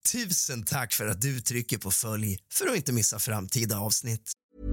Tusen tack för att du trycker på följ för att inte missa framtida avsnitt.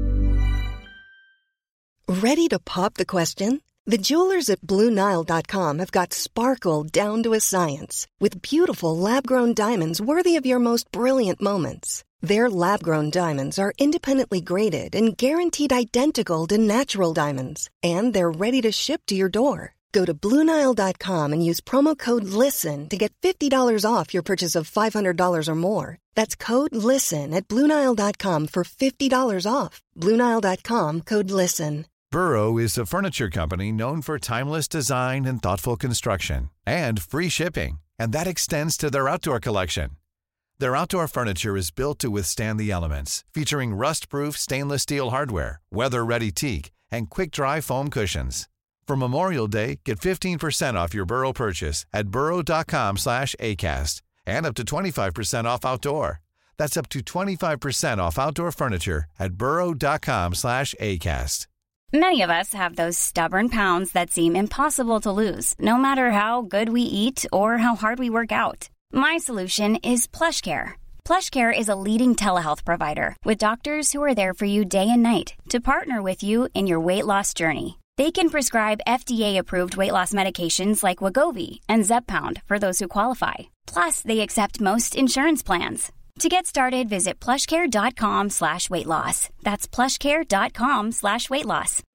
Ready to pop the question? The jewelers at BlueNile.com have got sparkle down to a science with beautiful lab-grown diamonds worthy of your most brilliant moments. Their lab-grown diamonds are independently graded and guaranteed identical to natural diamonds, and they're ready to ship to your door. Go to BlueNile.com and use promo code LISTEN to get $50 off your purchase of $500 or more. That's code LISTEN at BlueNile.com for $50 off. BlueNile.com, code LISTEN. Burrow is a furniture company known for timeless design and thoughtful construction, and free shipping, and that extends to their outdoor collection. Their outdoor furniture is built to withstand the elements, featuring rust-proof stainless steel hardware, weather-ready teak, and quick-dry foam cushions. For Memorial Day, get 15% off your Burrow purchase at burrow.com/ACAST and up to 25% off outdoor. That's up to 25% off outdoor furniture at burrow.com/ACAST. Many of us have those stubborn pounds that seem impossible to lose, no matter how good we eat or how hard we work out. My solution is PlushCare. PlushCare is a leading telehealth provider with doctors who are there for you day and night to partner with you in your weight loss journey. They can prescribe FDA-approved weight loss medications like Wegovy and Zepbound for those who qualify. Plus, they accept most insurance plans. To get started, visit plushcare.com/weightloss. That's plushcare.com/weightloss.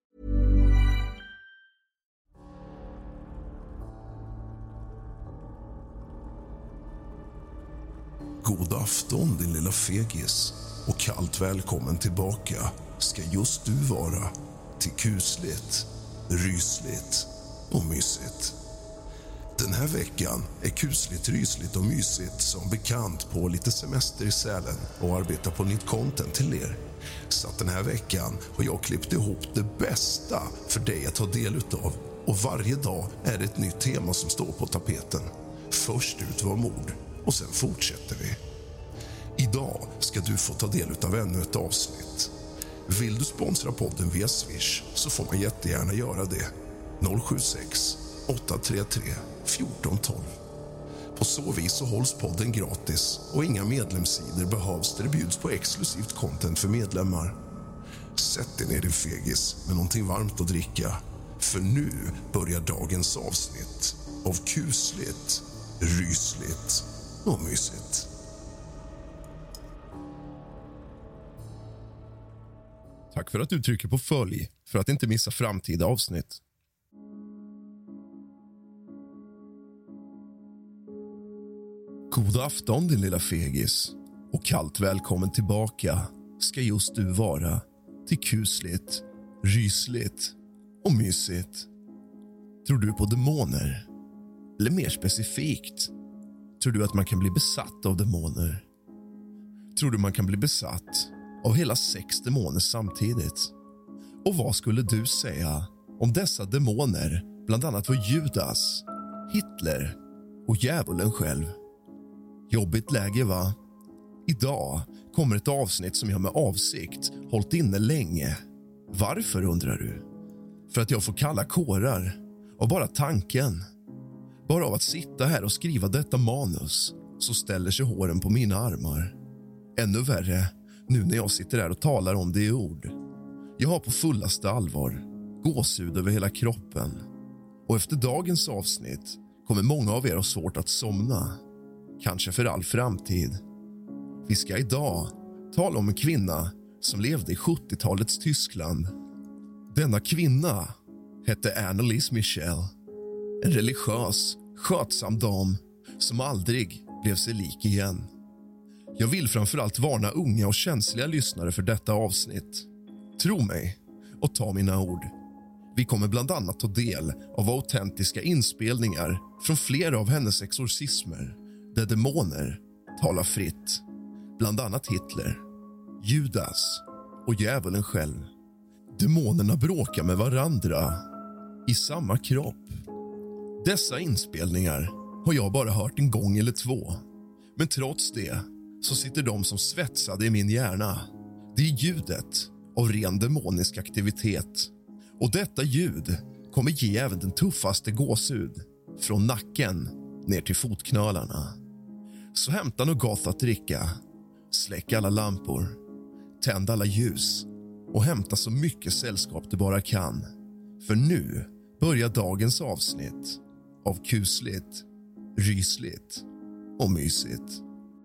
God afton din lilla fegis och kallt välkommen tillbaka ska just du vara till kusligt, rysligt och mysigt. Den här veckan är kusligt, rysligt och mysigt som bekant på lite semester i Sälen och arbetar på nytt content till er. Så att den här veckan har jag klippt ihop det bästa för dig att ta del utav. Och varje dag är det ett nytt tema som står på tapeten. Först ut var mord och sen fortsätter vi. Idag ska du få ta del utav ännu ett avsnitt. Vill du sponsra podden via Swish så får man jättegärna göra det. 076 833 1412. På så vis så hålls podden gratis och inga medlemssidor behövs där det bjuds på exklusivt content för medlemmar. Sätt dig ner din fegis med någonting varmt att dricka. För nu börjar dagens avsnitt av kusligt, rysligt och mysigt. Tack för att du trycker på följ för att inte missa framtida avsnitt. God afton din lilla fegis och kallt välkommen tillbaka ska just du vara till kusligt, rysligt och mysigt. Tror du på demoner? Eller mer specifikt, tror du att man kan bli besatt av demoner? Tror du man kan bli besatt av hela 6 demoner samtidigt? Och vad skulle du säga om dessa demoner bland annat var Judas, Hitler och djävulen själv? Jobbigt läge, va? Idag kommer ett avsnitt som jag med avsikt hållit inne länge. Varför, undrar du? För att jag får kalla kårar av bara tanken. Bara av att sitta här och skriva detta manus så ställer sig håren på mina armar. Ännu värre nu när jag sitter här och talar om det i ord. Jag har på fullaste allvar gåshud över hela kroppen. Och efter dagens avsnitt kommer många av er ha svårt att somna. Kanske för all framtid. Vi ska idag tala om en kvinna som levde i 70-talets Tyskland. Denna kvinna hette Anneliese Michel. En religiös, skötsam dam som aldrig blev sig lik igen. Jag vill framförallt varna unga och känsliga lyssnare för detta avsnitt. Tro mig och ta mina ord. Vi kommer bland annat ta del av autentiska inspelningar från flera av hennes exorcismer där demoner talar fritt. Bland annat Hitler, Judas och djävulen själv. Demonerna bråkar med varandra i samma kropp. Dessa inspelningar har jag bara hört en gång eller två. Men trots det så sitter de som svetsade i min hjärna. Det är ljudet av ren demonisk aktivitet. Och detta ljud kommer ge även den tuffaste gåshud från nacken ner till fotknölarna. Så hämta något gott att dricka, släck alla lampor, tänd alla ljus och hämta så mycket sällskap du bara kan. För nu börjar dagens avsnitt av kusligt, rysligt och mysigt.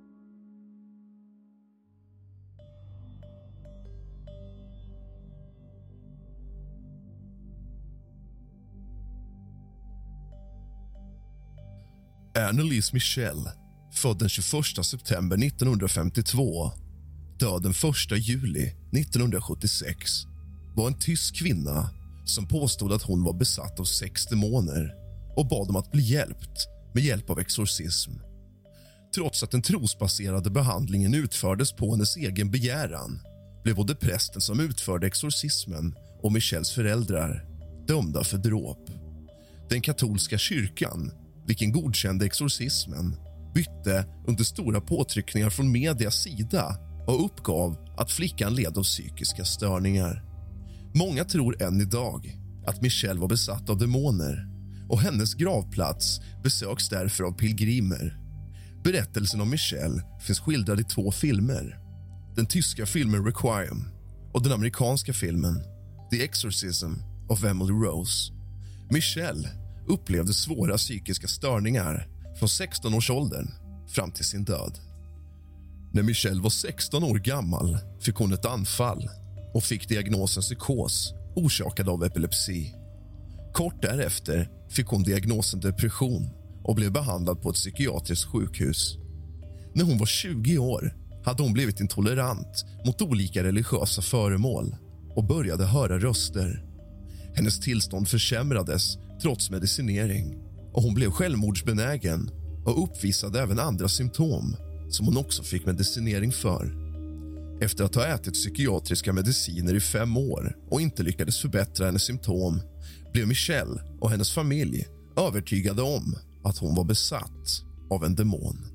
Annelise Michel, född den 21 september 1952, död den 1 juli 1976, var en tysk kvinna som påstod att hon var besatt av 6 demoner och bad om att bli hjälpt med hjälp av exorcism. Trots att den trosbaserade behandlingen utfördes på hennes egen begäran blev både prästen som utförde exorcismen och Michels föräldrar dömda för dråp. Den katolska kyrkan, vilken godkände exorcismen, bytte under stora påtryckningar från medias sida och uppgav att flickan led av psykiska störningar. Många tror än idag att Michel var besatt av demoner och hennes gravplats besöks därför av pilgrimer. Berättelsen om Michel finns skildrad i 2 filmer. Den tyska filmen Requiem och den amerikanska filmen The Exorcism of Emily Rose. Michel upplevde svåra psykiska störningar från 16-årsåldern fram till sin död. När Michel var 16 år gammal fick hon ett anfall och fick diagnosen psykos orsakad av epilepsi. Kort därefter fick hon diagnosen depression och blev behandlad på ett psykiatriskt sjukhus. När hon var 20 år hade hon blivit intolerant mot olika religiösa föremål och började höra röster. Hennes tillstånd försämrades trots medicinering och hon blev självmordsbenägen och uppvisade även andra symptom som hon också fick medicinering för. Efter att ha ätit psykiatriska mediciner i 5 år och inte lyckades förbättra hennes symptom blev Michel och hennes familj övertygade om att hon var besatt av en demon.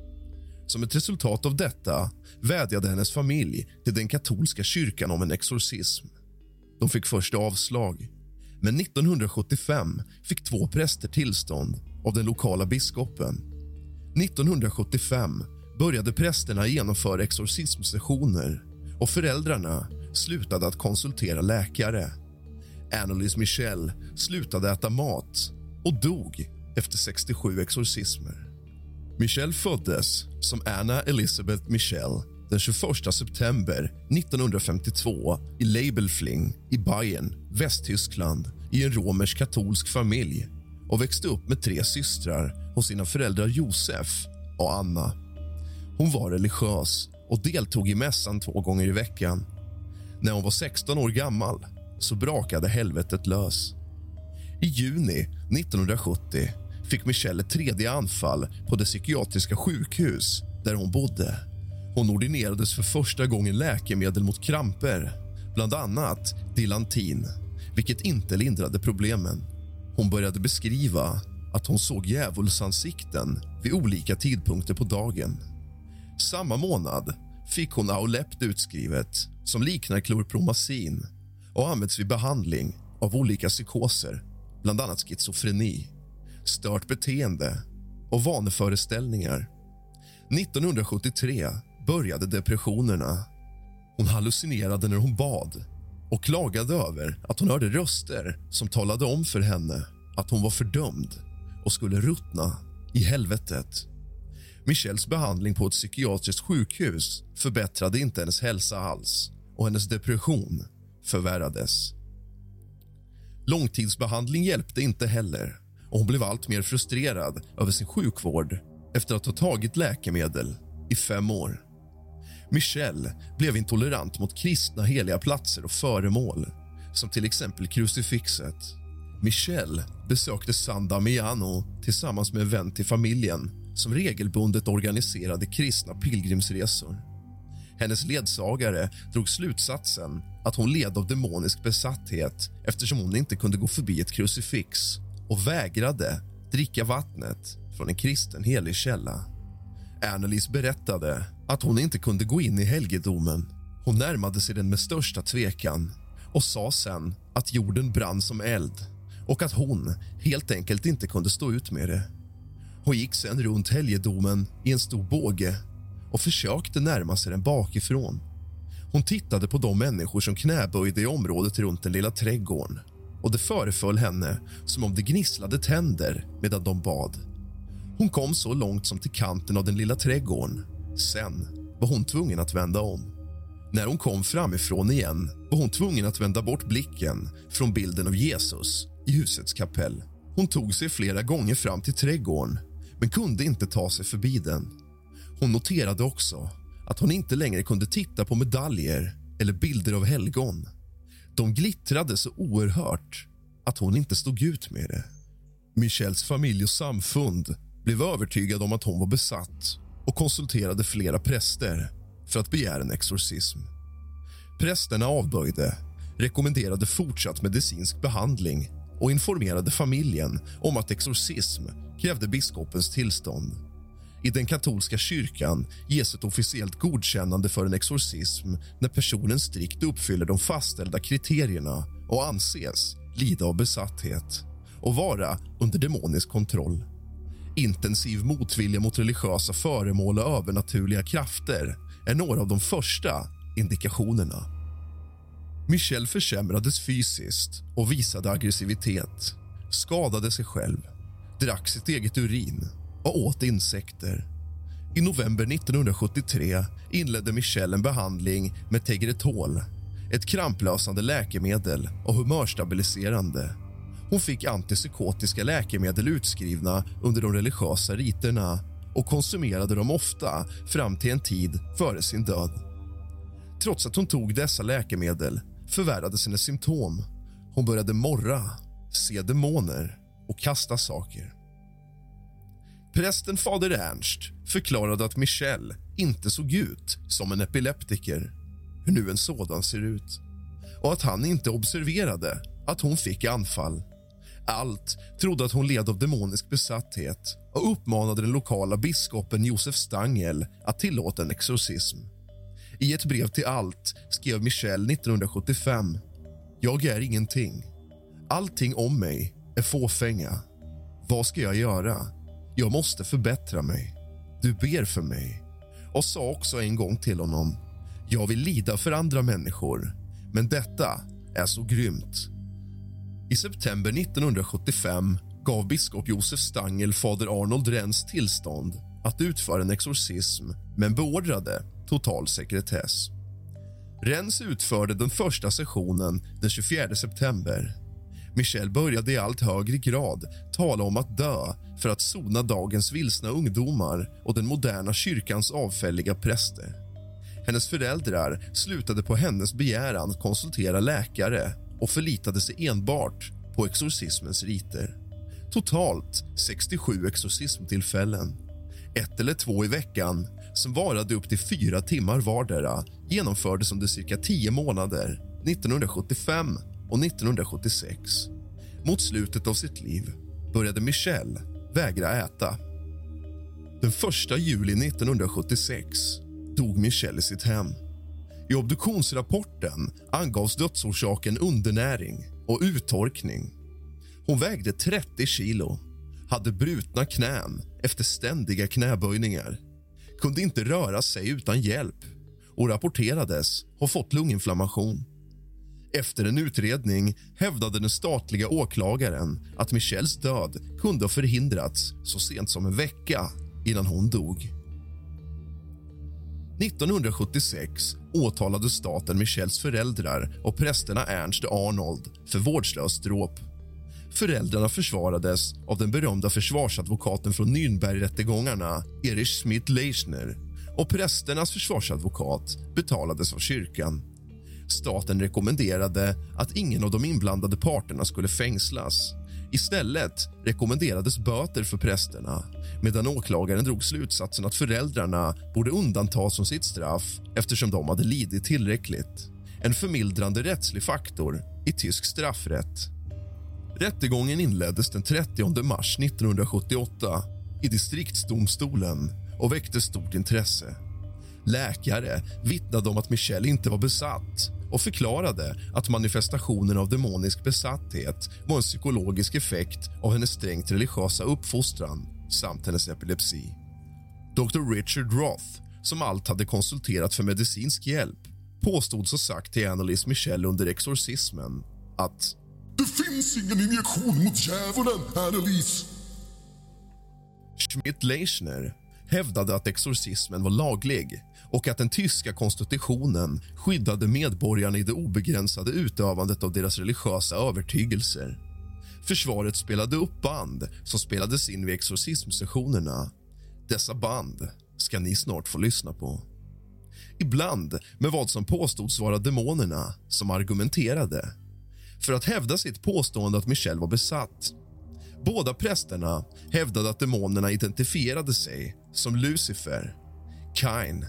Som ett resultat av detta vädjade hennes familj till den katolska kyrkan om en exorcism. De fick först avslag, men 1975 fick 2 präster tillstånd av den lokala biskopen. 1975 började prästerna genomföra exorcismsessioner och föräldrarna slutade att konsultera läkare. Annelise Michel slutade äta mat och dog efter 67 exorcismer. Michel föddes som Anna Elisabeth Michel den 21 september 1952 i Leibelfling i Bayern, Västtyskland, i en romersk-katolsk familj och växte upp med 3 systrar hos sina föräldrar Josef och Anna. Hon var religiös och deltog i mässan 2 gånger i veckan. När hon var 16 år gammal så brakade helvetet lös. I juni 1970 fick Michel ett 3:e anfall på det psykiatriska sjukhus där hon bodde. Hon ordinerades för första gången läkemedel mot kramper, bland annat Dilantin, vilket inte lindrade problemen. Hon började beskriva att hon såg djävulsansikten vid olika tidpunkter på dagen. Samma månad fick hon Aulept utskrivet som liknar klorpromazin och används vid behandling av olika psykoser, bland annat schizofreni, stört beteende och vaneföreställningar. 1973 började depressionerna. Hon hallucinerade när hon bad och klagade över att hon hörde röster som talade om för henne att hon var fördömd och skulle ruttna i helvetet. Michels behandling på ett psykiatriskt sjukhus förbättrade inte hennes hälsa alls och hennes depression förvärrades. Långtidsbehandling hjälpte inte heller och hon blev allt mer frustrerad över sin sjukvård efter att ha tagit läkemedel i 5 år. Michel blev intolerant mot kristna heliga platser och föremål, som till exempel krucifixet. Michel besökte San Damiano tillsammans med en vän till familjen som regelbundet organiserade kristna pilgrimsresor. Hennes ledsagare drog slutsatsen att hon led av demonisk besatthet eftersom hon inte kunde gå förbi ett krucifix och vägrade dricka vattnet från en kristen helig källa. Annelise berättade att hon inte kunde gå in i helgedomen. Hon närmade sig den med största tvekan och sa sen att jorden brann som eld och att hon helt enkelt inte kunde stå ut med det. Hon gick sedan runt helgedomen i en stor båge och försökte närma sig den bakifrån. Hon tittade på de människor som knäböjde i området runt den lilla trädgården och det föreföll henne som om det gnisslade tänder medan de bad. Hon kom så långt som till kanten av den lilla trädgården. Sen var hon tvungen att vända om. När hon kom framifrån igen var hon tvungen att vända bort blicken från bilden av Jesus i husets kapell. Hon tog sig flera gånger fram till trädgården men kunde inte ta sig förbi den. Hon noterade också att hon inte längre kunde titta på medaljer eller bilder av helgon. De glittrade så oerhört att hon inte stod ut med det. Michelles familj och samfund blev övertygade om att hon var besatt och konsulterade flera präster för att begära en exorcism. Prästerna avböjde, rekommenderade fortsatt medicinsk behandling och informerade familjen om att exorcism krävde biskopens tillstånd. I den katolska kyrkan ges ett officiellt godkännande för en exorcism när personen strikt uppfyller de fastställda kriterierna och anses lida av besatthet och vara under demonisk kontroll. Intensiv motvilja mot religiösa föremål och övernaturliga krafter är några av de första indikationerna. Michelle försämrades fysiskt och visade aggressivitet, skadade sig själv, drack sitt eget urin och åt insekter. I november 1973 inledde Michelle en behandling med Tegretol, ett kramplösande läkemedel och humörstabiliserande. Hon fick antipsykotiska läkemedel utskrivna under de religiösa riterna och konsumerade dem ofta fram till en tid före sin död. Trots att hon tog dessa läkemedel förvärrades hennes symptom. Hon började morra, se demoner och kasta saker. Prästen fader Ernst förklarade att Michelle inte såg ut som en epileptiker, hur nu en sådan ser ut, och att han inte observerade att hon fick anfall. Allt trodde att hon led av demonisk besatthet och uppmanade den lokala biskopen Josef Stangl att tillåta en exorcism. I ett brev till Allt skrev Michelle 1975: "Jag är ingenting. Allting om mig är fåfänga. Vad ska jag göra? Jag måste förbättra mig. Du ber för mig." Och sa också en gång till honom: "Jag vill lida för andra människor, men detta är så grymt." I september 1975 gav biskop Josef Stangl fader Arnold Renz tillstånd att utföra en exorcism men beordrade total sekretess. Renz utförde den första sessionen den 24 september. Michelle började i allt högre grad tala om att dö för att sona dagens vilsna ungdomar och den moderna kyrkans avfälliga präster. Hennes föräldrar slutade på hennes begäran att konsultera läkare och förlitade sig enbart på exorcismens riter. Totalt 67 exorcismtillfällen, 1 eller 2 i veckan, som varade upp till 4 timmar vardera, genomfördes under cirka 10 månader 1975 och 1976. Mot slutet av sitt liv började Michelle vägra äta. Den 1 juli 1976 dog Michelle i sitt hem. I obduktionsrapporten angavs dödsorsaken undernäring och uttorkning. Hon vägde 30 kilo, hade brutna knän efter ständiga knäböjningar, kunde inte röra sig utan hjälp och rapporterades ha fått lunginflammation. Efter en utredning hävdade den statliga åklagaren att Michelles död kunde ha förhindrats så sent som en vecka innan hon dog. 1976 åtalade staten Michelles föräldrar och prästerna Ernst och Arnold för vårdslöst dråp. Föräldrarna försvarades av den berömda försvarsadvokaten från Nürnbergrättegångarna, Erich Schmidt-Leichner, och prästernas försvarsadvokat betalades av kyrkan. Staten rekommenderade att ingen av de inblandade parterna skulle fängslas. Istället rekommenderades böter för prästerna, medan åklagaren drog slutsatsen att föräldrarna borde undantas från sitt straff eftersom de hade lidit tillräckligt. En förmildrande rättslig faktor i tysk straffrätt. Rättegången inleddes den 30 mars 1978 i distriktsdomstolen och väckte stort intresse. Läkare vittnade om att Michelle inte var besatt och förklarade att manifestationen av demonisk besatthet var en psykologisk effekt av hennes strängt religiösa uppfostran samt hennes epilepsi. Dr. Richard Roth, som allt hade konsulterat för medicinsk hjälp, påstod så sagt till Annalise Michel under exorcismen att det finns ingen injektion mot djävulen, Annalise. Schmidt-Leichner hävdade att exorcismen var laglig och att den tyska konstitutionen skyddade medborgarna i det obegränsade utövandet av deras religiösa övertygelser. Försvaret spelade upp band som spelades in vid exorcismsessionerna. Dessa band ska ni snart få lyssna på. Ibland med vad som påstods vara demonerna som argumenterade för att hävda sitt påstående att Michel var besatt. Båda prästerna hävdade att demonerna identifierade sig som Lucifer, Cain.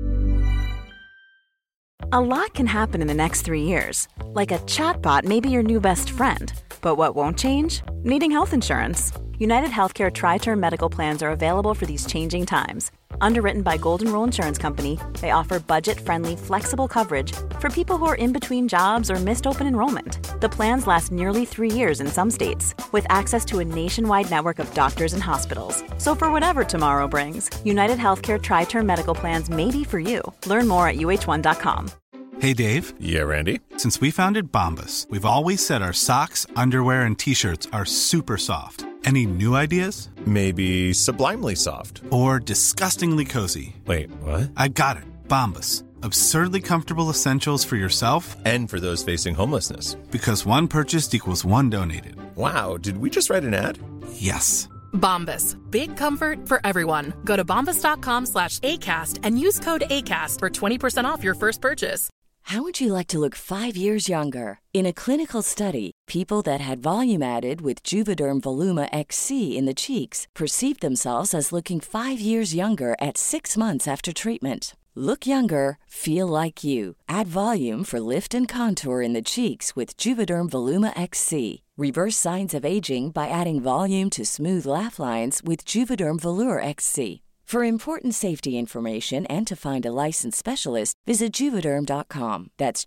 A lot can happen in the next 3 years. Like a chatbot may be your new best friend. But what won't change? Needing health insurance. United Healthcare Tri-Term Medical Plans are available for these changing times. Underwritten by Golden Rule Insurance Company, they offer budget-friendly, flexible coverage for people who are in between jobs or missed open enrollment. The plans last nearly 3 years in some states, with access to a nationwide network of doctors and hospitals. So for whatever tomorrow brings, United Healthcare Tri-Term Medical Plans may be for you. Learn more at uh1.com. Hey, Dave. Yeah, Randy. Since we founded Bombas, we've always said our socks, underwear, and T-shirts are super soft. Any new ideas? Maybe sublimely soft. Or disgustingly cozy. Wait, what? I got it. Bombas. Absurdly comfortable essentials for yourself and for those facing homelessness. Because one purchased equals one donated. Wow, did we just write an ad? Yes. Bombas. Big comfort for everyone. Go to bombas.com/ACAST and use code ACAST for 20% off your first purchase. How would you like to look 5 years younger? In a clinical study, people that had volume added with Juvederm Voluma XC in the cheeks perceived themselves as looking 5 years younger at 6 months after treatment. Look younger, feel like you. Add volume for lift and contour in the cheeks with Juvederm Voluma XC. Reverse signs of aging by adding volume to smooth laugh lines with Juvederm Volure XC. For important safety information and to find a licensed specialist, visit Juvederm.com. That's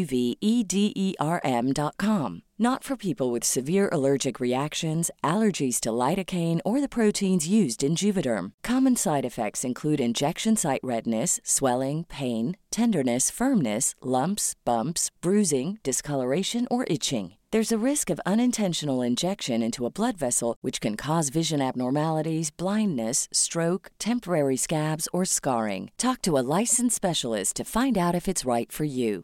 JUVEDERM.com. Not for people with severe allergic reactions, allergies to lidocaine, or the proteins used in Juvederm. Common side effects include injection site redness, swelling, pain, tenderness, firmness, lumps, bumps, bruising, discoloration, or itching. There's a risk of unintentional injection into a blood vessel, which can cause vision abnormalities, blindness, stroke, temporary scabs, or scarring. Talk to a licensed specialist to find out if it's right for you.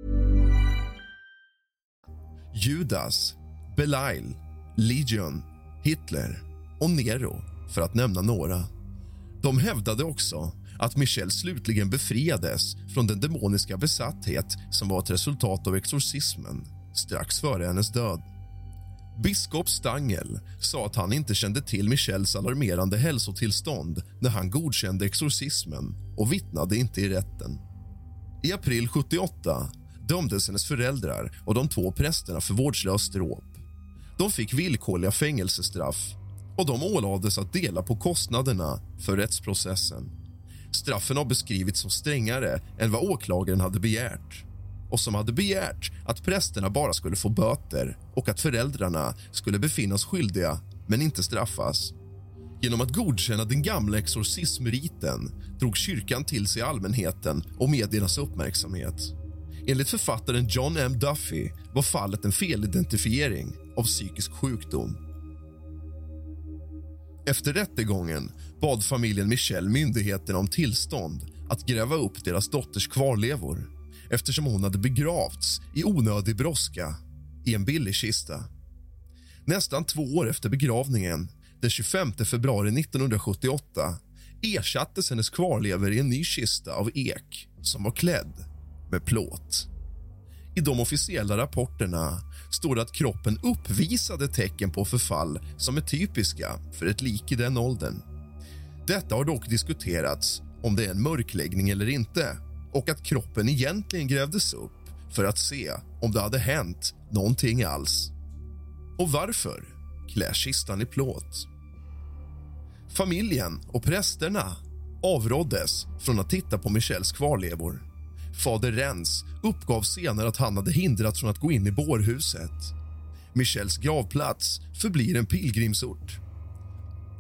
Judas, Belial, Legion, Hitler och Nero, för att nämna några. De hävdade också att Michel slutligen befriades från den demoniska besatthet som var ett resultat av exorcismen strax före hennes död. Biskop Stangl sa att han inte kände till Michels alarmerande hälsotillstånd när han godkände exorcismen och vittnade inte i rätten. I april 78 dömdes hennes föräldrar och de 2 prästerna för vårdslöst dråp. De fick villkorliga fängelsestraff och de ålades att dela på kostnaderna för rättsprocessen. Straffen har beskrivits som strängare än vad åklagaren hade begärt, och som hade begärt att prästerna bara skulle få böter och att föräldrarna skulle befinnas skyldiga men inte straffas. Genom att godkänna den gamla exorcismriten drog kyrkan till sig allmänheten och mediernas uppmärksamhet. Enligt författaren John M. Duffy var fallet en felidentifiering av psykisk sjukdom. Efter rättegången bad familjen Michel myndigheterna om tillstånd att gräva upp deras dotters kvarlevor, eftersom hon hade begravts i onödig brådska i en billig kista. Nästan 2 år efter begravningen, den 25 februari 1978, ersattes hennes kvarlevor i en ny kista av ek som var klädd med plåt. I de officiella rapporterna står det att kroppen uppvisade tecken på förfall som är typiska för ett lik i den åldern. Detta har dock diskuterats om det är en mörkläggning eller inte, och att kroppen egentligen grävdes upp för att se om det hade hänt någonting alls. Och varför klär kistan i plåt? Familjen och prästerna avråddes från att titta på Michels kvarlevor. Fader Renz uppgav senare att han hade hindrats från att gå in i bårhuset. Michels gravplats förblir en pilgrimsort.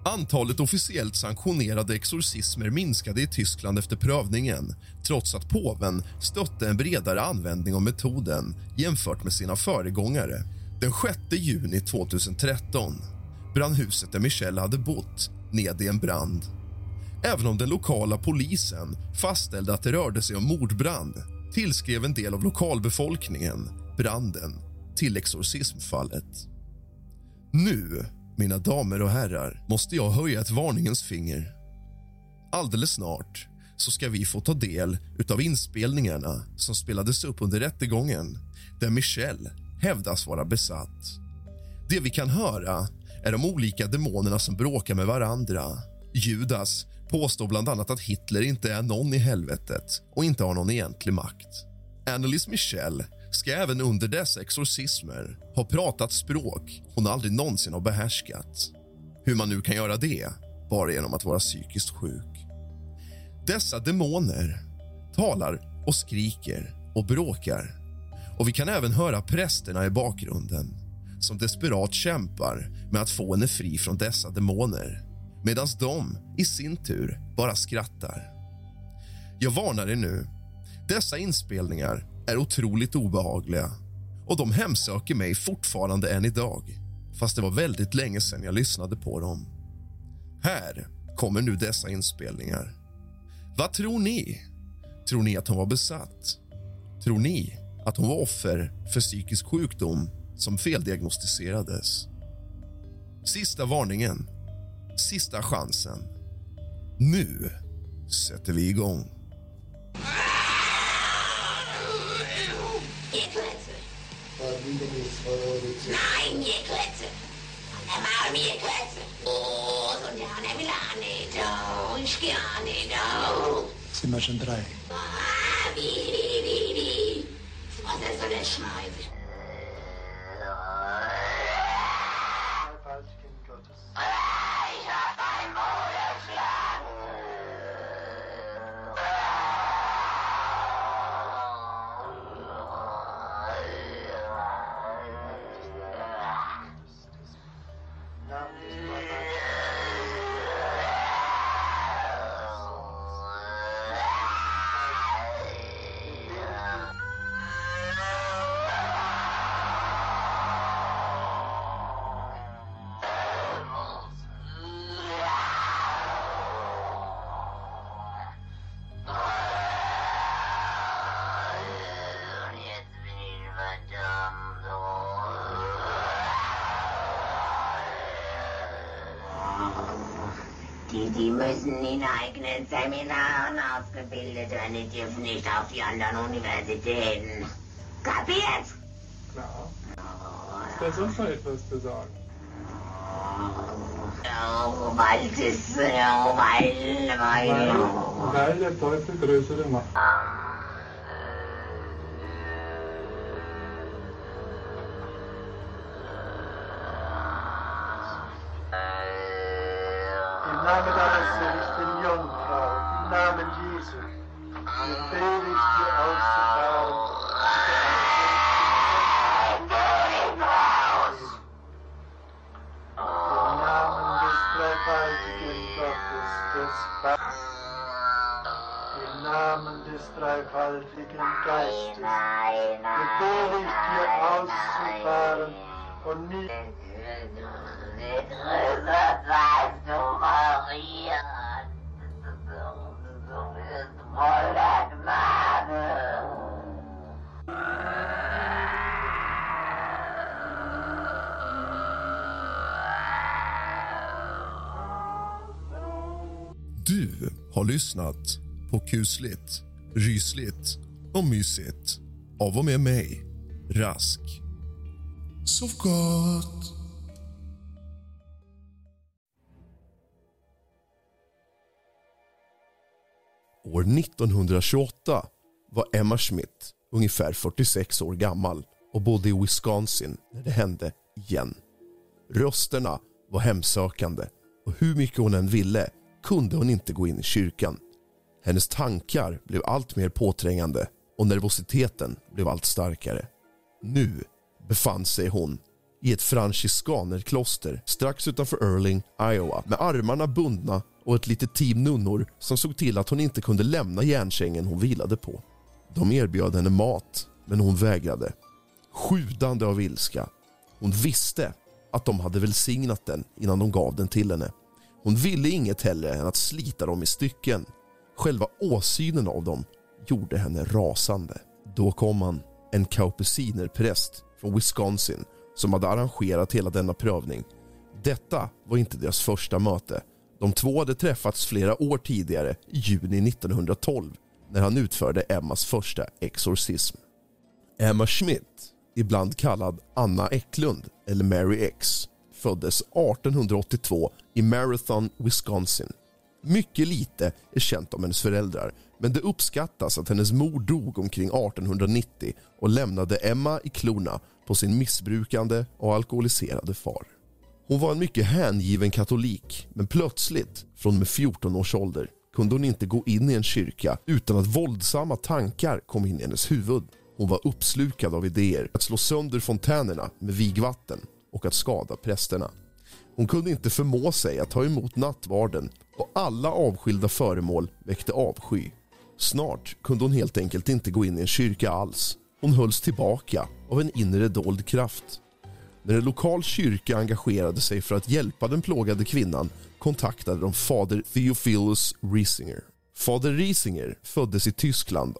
Antalet officiellt sanktionerade exorcismer minskade i Tyskland efter prövningen, trots att påven stötte en bredare användning av metoden jämfört med sina föregångare. Den 6 juni 2013 brann huset där Michelle hade bott ned i en brand. Även om den lokala polisen fastställde att det rörde sig om mordbrand tillskrev en del av lokalbefolkningen branden till exorcismfallet. Nu, mina damer och herrar, måste jag höja ett varningens finger. Alldeles snart så ska vi få ta del av inspelningarna som spelades upp under rättegången där Michelle hävdas vara besatt. Det vi kan höra är de olika demonerna som bråkar med varandra. Judas påstår bland annat att Hitler inte är någon i helvetet och inte har någon egentlig makt. Annelies Michelle ska även under dessa exorcismer ha pratat språk hon aldrig någonsin har behärskat. Hur man nu kan göra det bara genom att vara psykiskt sjuk. Dessa demoner talar och skriker och bråkar. Och vi kan även höra prästerna i bakgrunden som desperat kämpar med att få henne fri från dessa demoner, medan de i sin tur bara skrattar. Jag varnar er nu. Dessa inspelningar är otroligt obehagliga och de hemsöker mig fortfarande än idag, fast det var väldigt länge sedan jag lyssnade på dem. Här kommer nu dessa inspelningar. Vad tror ni? Tror ni att hon var besatt? Tror ni att hon var offer för psykisk sjukdom som feldiagnostiserades? Sista varningen. Sista chansen. Nu sätter vi igång. Nein, Gekletze. Einmal mir Gekletze. Oh, so gerne will nicht. Ich gerne nicht. Sind wir schon 3? Wie. Was ist so der Schneid? Ich hab ein Moderschlag. Die müssen in eigenen Seminaren ausgebildet werden. Die dürfen nicht auf die anderen Universitäten. Kapiert? Klar. Ist da sonst noch etwas zu sagen? Oh, weil der Teufel größere Macht. Im Namen deines seligen Jungfrau, im Namen Jesu, befehle ich dir auszufahren. Im Namen des dreifaltigen Gottes, des Vaters, im Namen des dreifaltigen Geistes, befehle ich dir auszufahren und nicht. Du har lyssnat på Kusligt, Rysligt och Mysigt av och med mig, Rask. Sov gott! År 1928 var Emma Schmidt ungefär 46 år gammal och bodde i Wisconsin när det hände igen. Rösterna var hemsökande och hur mycket hon än ville kunde hon inte gå in i kyrkan. Hennes tankar blev allt mer påträngande och nervositeten blev allt starkare. Nu befann sig hon i ett franciskanerkloster strax utanför Earling, Iowa, med armarna bundna och ett litet team nunnor som såg till att hon inte kunde lämna järnsängen hon vilade på. De erbjöd henne mat, men hon vägrade. Sjudande av ilska. Hon visste att de hade välsignat den innan de gav den till henne. Hon ville inget hellre än att slita dem i stycken. Själva åsynen av dem gjorde henne rasande. Då kom han, en kapucinerpräst från Wisconsin, som hade arrangerat hela denna prövning. Detta var inte deras första möte. De två hade träffats flera år tidigare, i juni 1912, när han utförde Emmas första exorcism. Emma Schmidt, ibland kallad Anna Eklund eller Mary X, föddes 1882 i Marathon, Wisconsin. Mycket lite är känt om hennes föräldrar, men det uppskattas att hennes mor dog omkring 1890 och lämnade Emma i klorna på sin missbrukande och alkoholiserade far. Hon var en mycket hängiven katolik, men plötsligt, från med 14 års ålder, kunde hon inte gå in i en kyrka utan att våldsamma tankar kom in i hennes huvud. Hon var uppslukad av idéer att slå sönder fontänerna med vigvatten och att skada prästerna. Hon kunde inte förmå sig att ta emot nattvarden och alla avskilda föremål väckte avsky. Snart kunde hon helt enkelt inte gå in i en kyrka alls. Hon hölls tillbaka av en inre dold kraft. När en lokal kyrka engagerade sig för att hjälpa den plågade kvinnan kontaktade de fader Theophilus Riesinger. Fader Riesinger föddes i Tyskland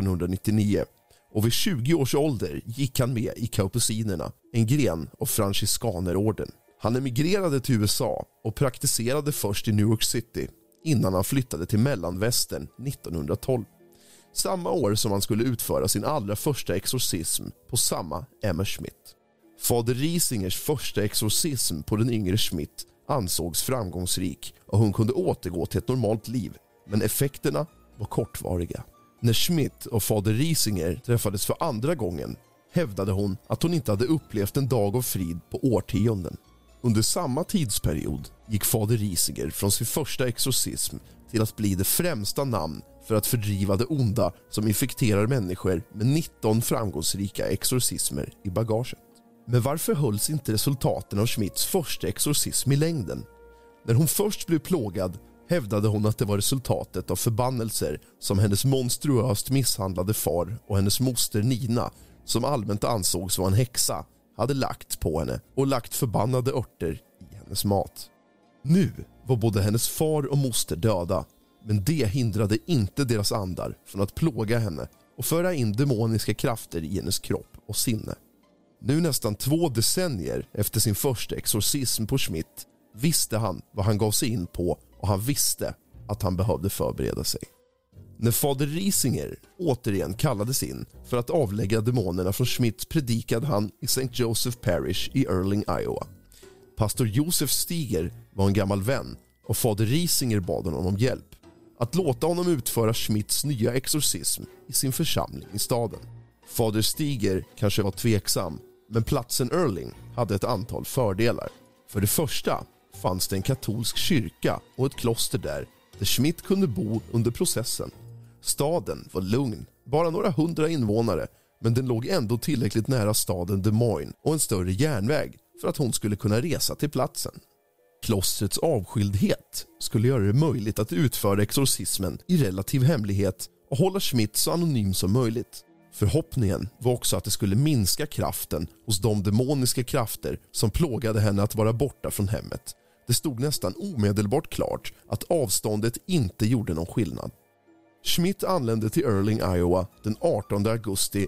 1899 och vid 20 års ålder gick han med i kapucinerna, en gren av franciskanerorden. Han emigrerade till USA och praktiserade först i New York City innan han flyttade till Mellanvästern 1912. Samma år som han skulle utföra sin allra första exorcism på samma Emma Schmidt. Fader Riesingers första exorcism på den yngre Schmidt ansågs framgångsrik och hon kunde återgå till ett normalt liv, men effekterna var kortvariga. När Schmidt och fader Riesinger träffades för andra gången hävdade hon att hon inte hade upplevt en dag av frid på årtionden. Under samma tidsperiod gick fader Riesinger från sin första exorcism till att bli det främsta namn för att fördriva det onda som infekterar människor med 19 framgångsrika exorcismer i bagaget. Men varför hölls inte resultaten av Schmidts första exorcism i längden? När hon först blev plågad hävdade hon att det var resultatet av förbannelser som hennes monstruöst misshandlade far och hennes moster Nina, som allmänt ansågs vara en häxa, hade lagt på henne och lagt förbannade örter i hennes mat. Nu var både hennes far och moster döda, men det hindrade inte deras andar från att plåga henne och föra in demoniska krafter i hennes kropp och sinne. Nu nästan 2 decennier efter sin första exorcism på Schmidt visste han vad han gav sig in på och han visste att han behövde förbereda sig. När fader Riesinger återigen kallades in för att avlägga demonerna från Schmidt predikade han i St. Joseph Parish i Earling, Iowa. Pastor Josef Stiger var en gammal vän och fader Riesinger bad honom om hjälp att låta honom utföra Schmidts nya exorcism i sin församling i staden. Fader Stiger kanske var tveksam, men platsen Earling hade ett antal fördelar. För det första fanns det en katolsk kyrka och ett kloster där Schmidt kunde bo under processen. Staden var lugn, bara några 100 invånare, men den låg ändå tillräckligt nära staden Des Moines och en större järnväg för att hon skulle kunna resa till platsen. Klostrets avskildhet skulle göra det möjligt att utföra exorcismen i relativ hemlighet och hålla Schmidt så anonym som möjligt. Förhoppningen var också att det skulle minska kraften hos de demoniska krafter som plågade henne att vara borta från hemmet. Det stod nästan omedelbart klart att avståndet inte gjorde någon skillnad. Schmidt anlände till Earling, Iowa den 18 augusti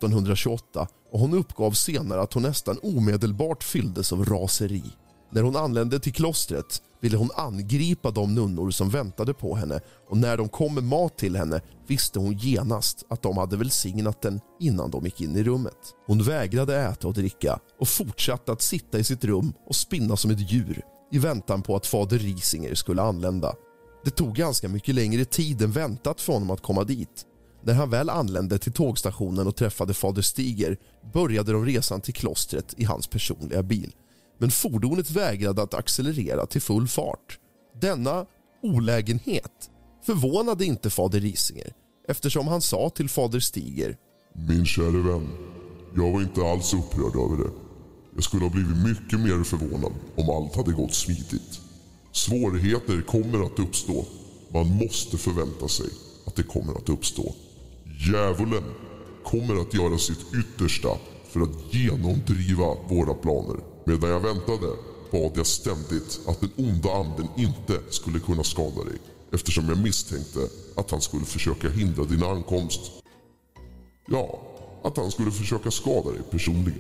1928 och hon uppgav senare att hon nästan omedelbart fylldes av raseri. När hon anlände till klostret ville hon angripa de nunnor som väntade på henne och när de kom med mat till henne visste hon genast att de hade välsignat den innan de gick in i rummet. Hon vägrade äta och dricka och fortsatte att sitta i sitt rum och spinna som ett djur i väntan på att fader Riesinger skulle anlända. Det tog ganska mycket längre tid än väntat för honom att komma dit. När han väl anlände till tågstationen och träffade fader Stiger började de resan till klostret i hans personliga bil. Men fordonet vägrade att accelerera till full fart. Denna olägenhet förvånade inte fader Riesinger eftersom han sa till fader Stiger: Min kära vän, jag var inte alls upprörd över det. Jag skulle ha blivit mycket mer förvånad om allt hade gått smidigt. Svårigheter kommer att uppstå. Man måste förvänta sig att det kommer att uppstå. Djävulen kommer att göra sitt yttersta för att genomdriva våra planer. Medan jag väntade bad jag ständigt att den onda anden inte skulle kunna skada dig, eftersom jag misstänkte att han skulle försöka hindra din ankomst. Ja, att han skulle försöka skada dig personligen.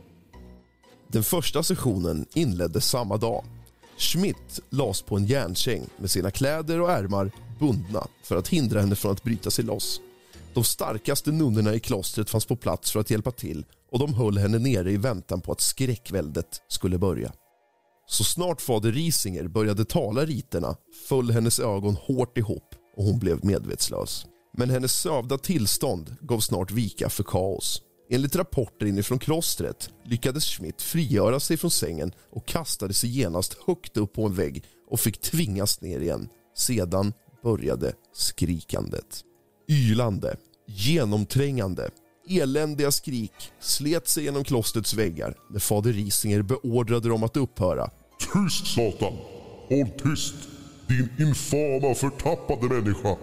Den första sessionen inleddes samma dag. Schmidt lades på en järnkäng med sina kläder och ärmar bundna för att hindra henne från att bryta sig loss. De starkaste nunnorna i klostret fanns på plats för att hjälpa till, och de höll henne nere i väntan på att skräckväldet skulle börja. Så snart fader Riesinger började tala riterna föll hennes ögon hårt ihop och hon blev medvetslös. Men hennes sövda tillstånd gav snart vika för kaos. Enligt rapporter inifrån klostret lyckades Schmidt frigöra sig från sängen och kastade sig genast högt upp på en vägg och fick tvingas ner igen. Sedan började skrikandet. Ylande, genomträngande, eländiga skrik slet sig genom klostrets väggar när fader Riesinger beordrade dem att upphöra. Tyst, Satan! Håll tyst! Din infama förtappade människa!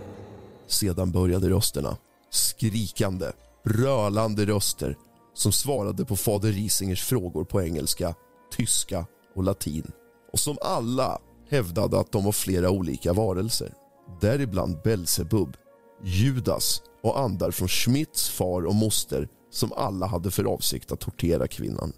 Sedan började rösterna. Skrikande, brölande röster som svarade på fader Riesingers frågor på engelska, tyska och latin. Och som alla hävdade att de var flera olika varelser. Däribland Belzebub, Judas och andar från Schmidts far och moster som alla hade för avsikt att tortera kvinnan.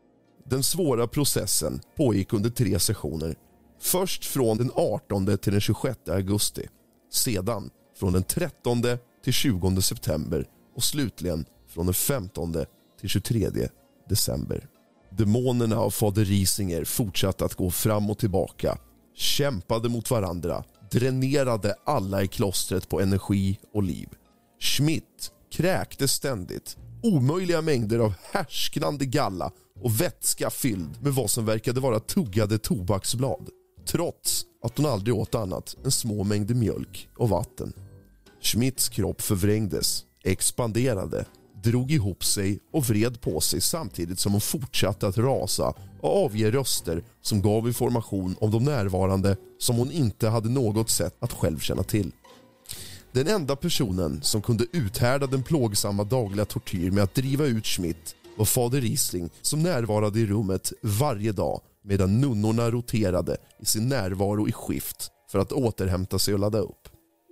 Den svåra processen pågick under 3 sessioner. Först från den 18 till den 26 augusti. Sedan från den 13 till 20 september och slutligen från den 15 till 23 december. Demonerna av fader Riesinger fortsatte att gå fram och tillbaka, kämpade mot varandra, dränerade alla i klostret på energi och liv. Schmidt kräkte ständigt omöjliga mängder av härsknande galla och vätska fylld med vad som verkade vara tuggade tobaksblad, trots att hon aldrig åt annat än små mängder mjölk och vatten. Schmidts kropp förvrängdes, expanderade, drog ihop sig och vred på sig samtidigt som hon fortsatte att rasa och avge röster som gav information om de närvarande som hon inte hade något sätt att själv känna till. Den enda personen som kunde uthärda den plågsamma dagliga tortyr med att driva ut Schmidt var fader Riesling, som närvarade i rummet varje dag medan nunnorna roterade i sin närvaro i skift för att återhämta sig och ladda upp.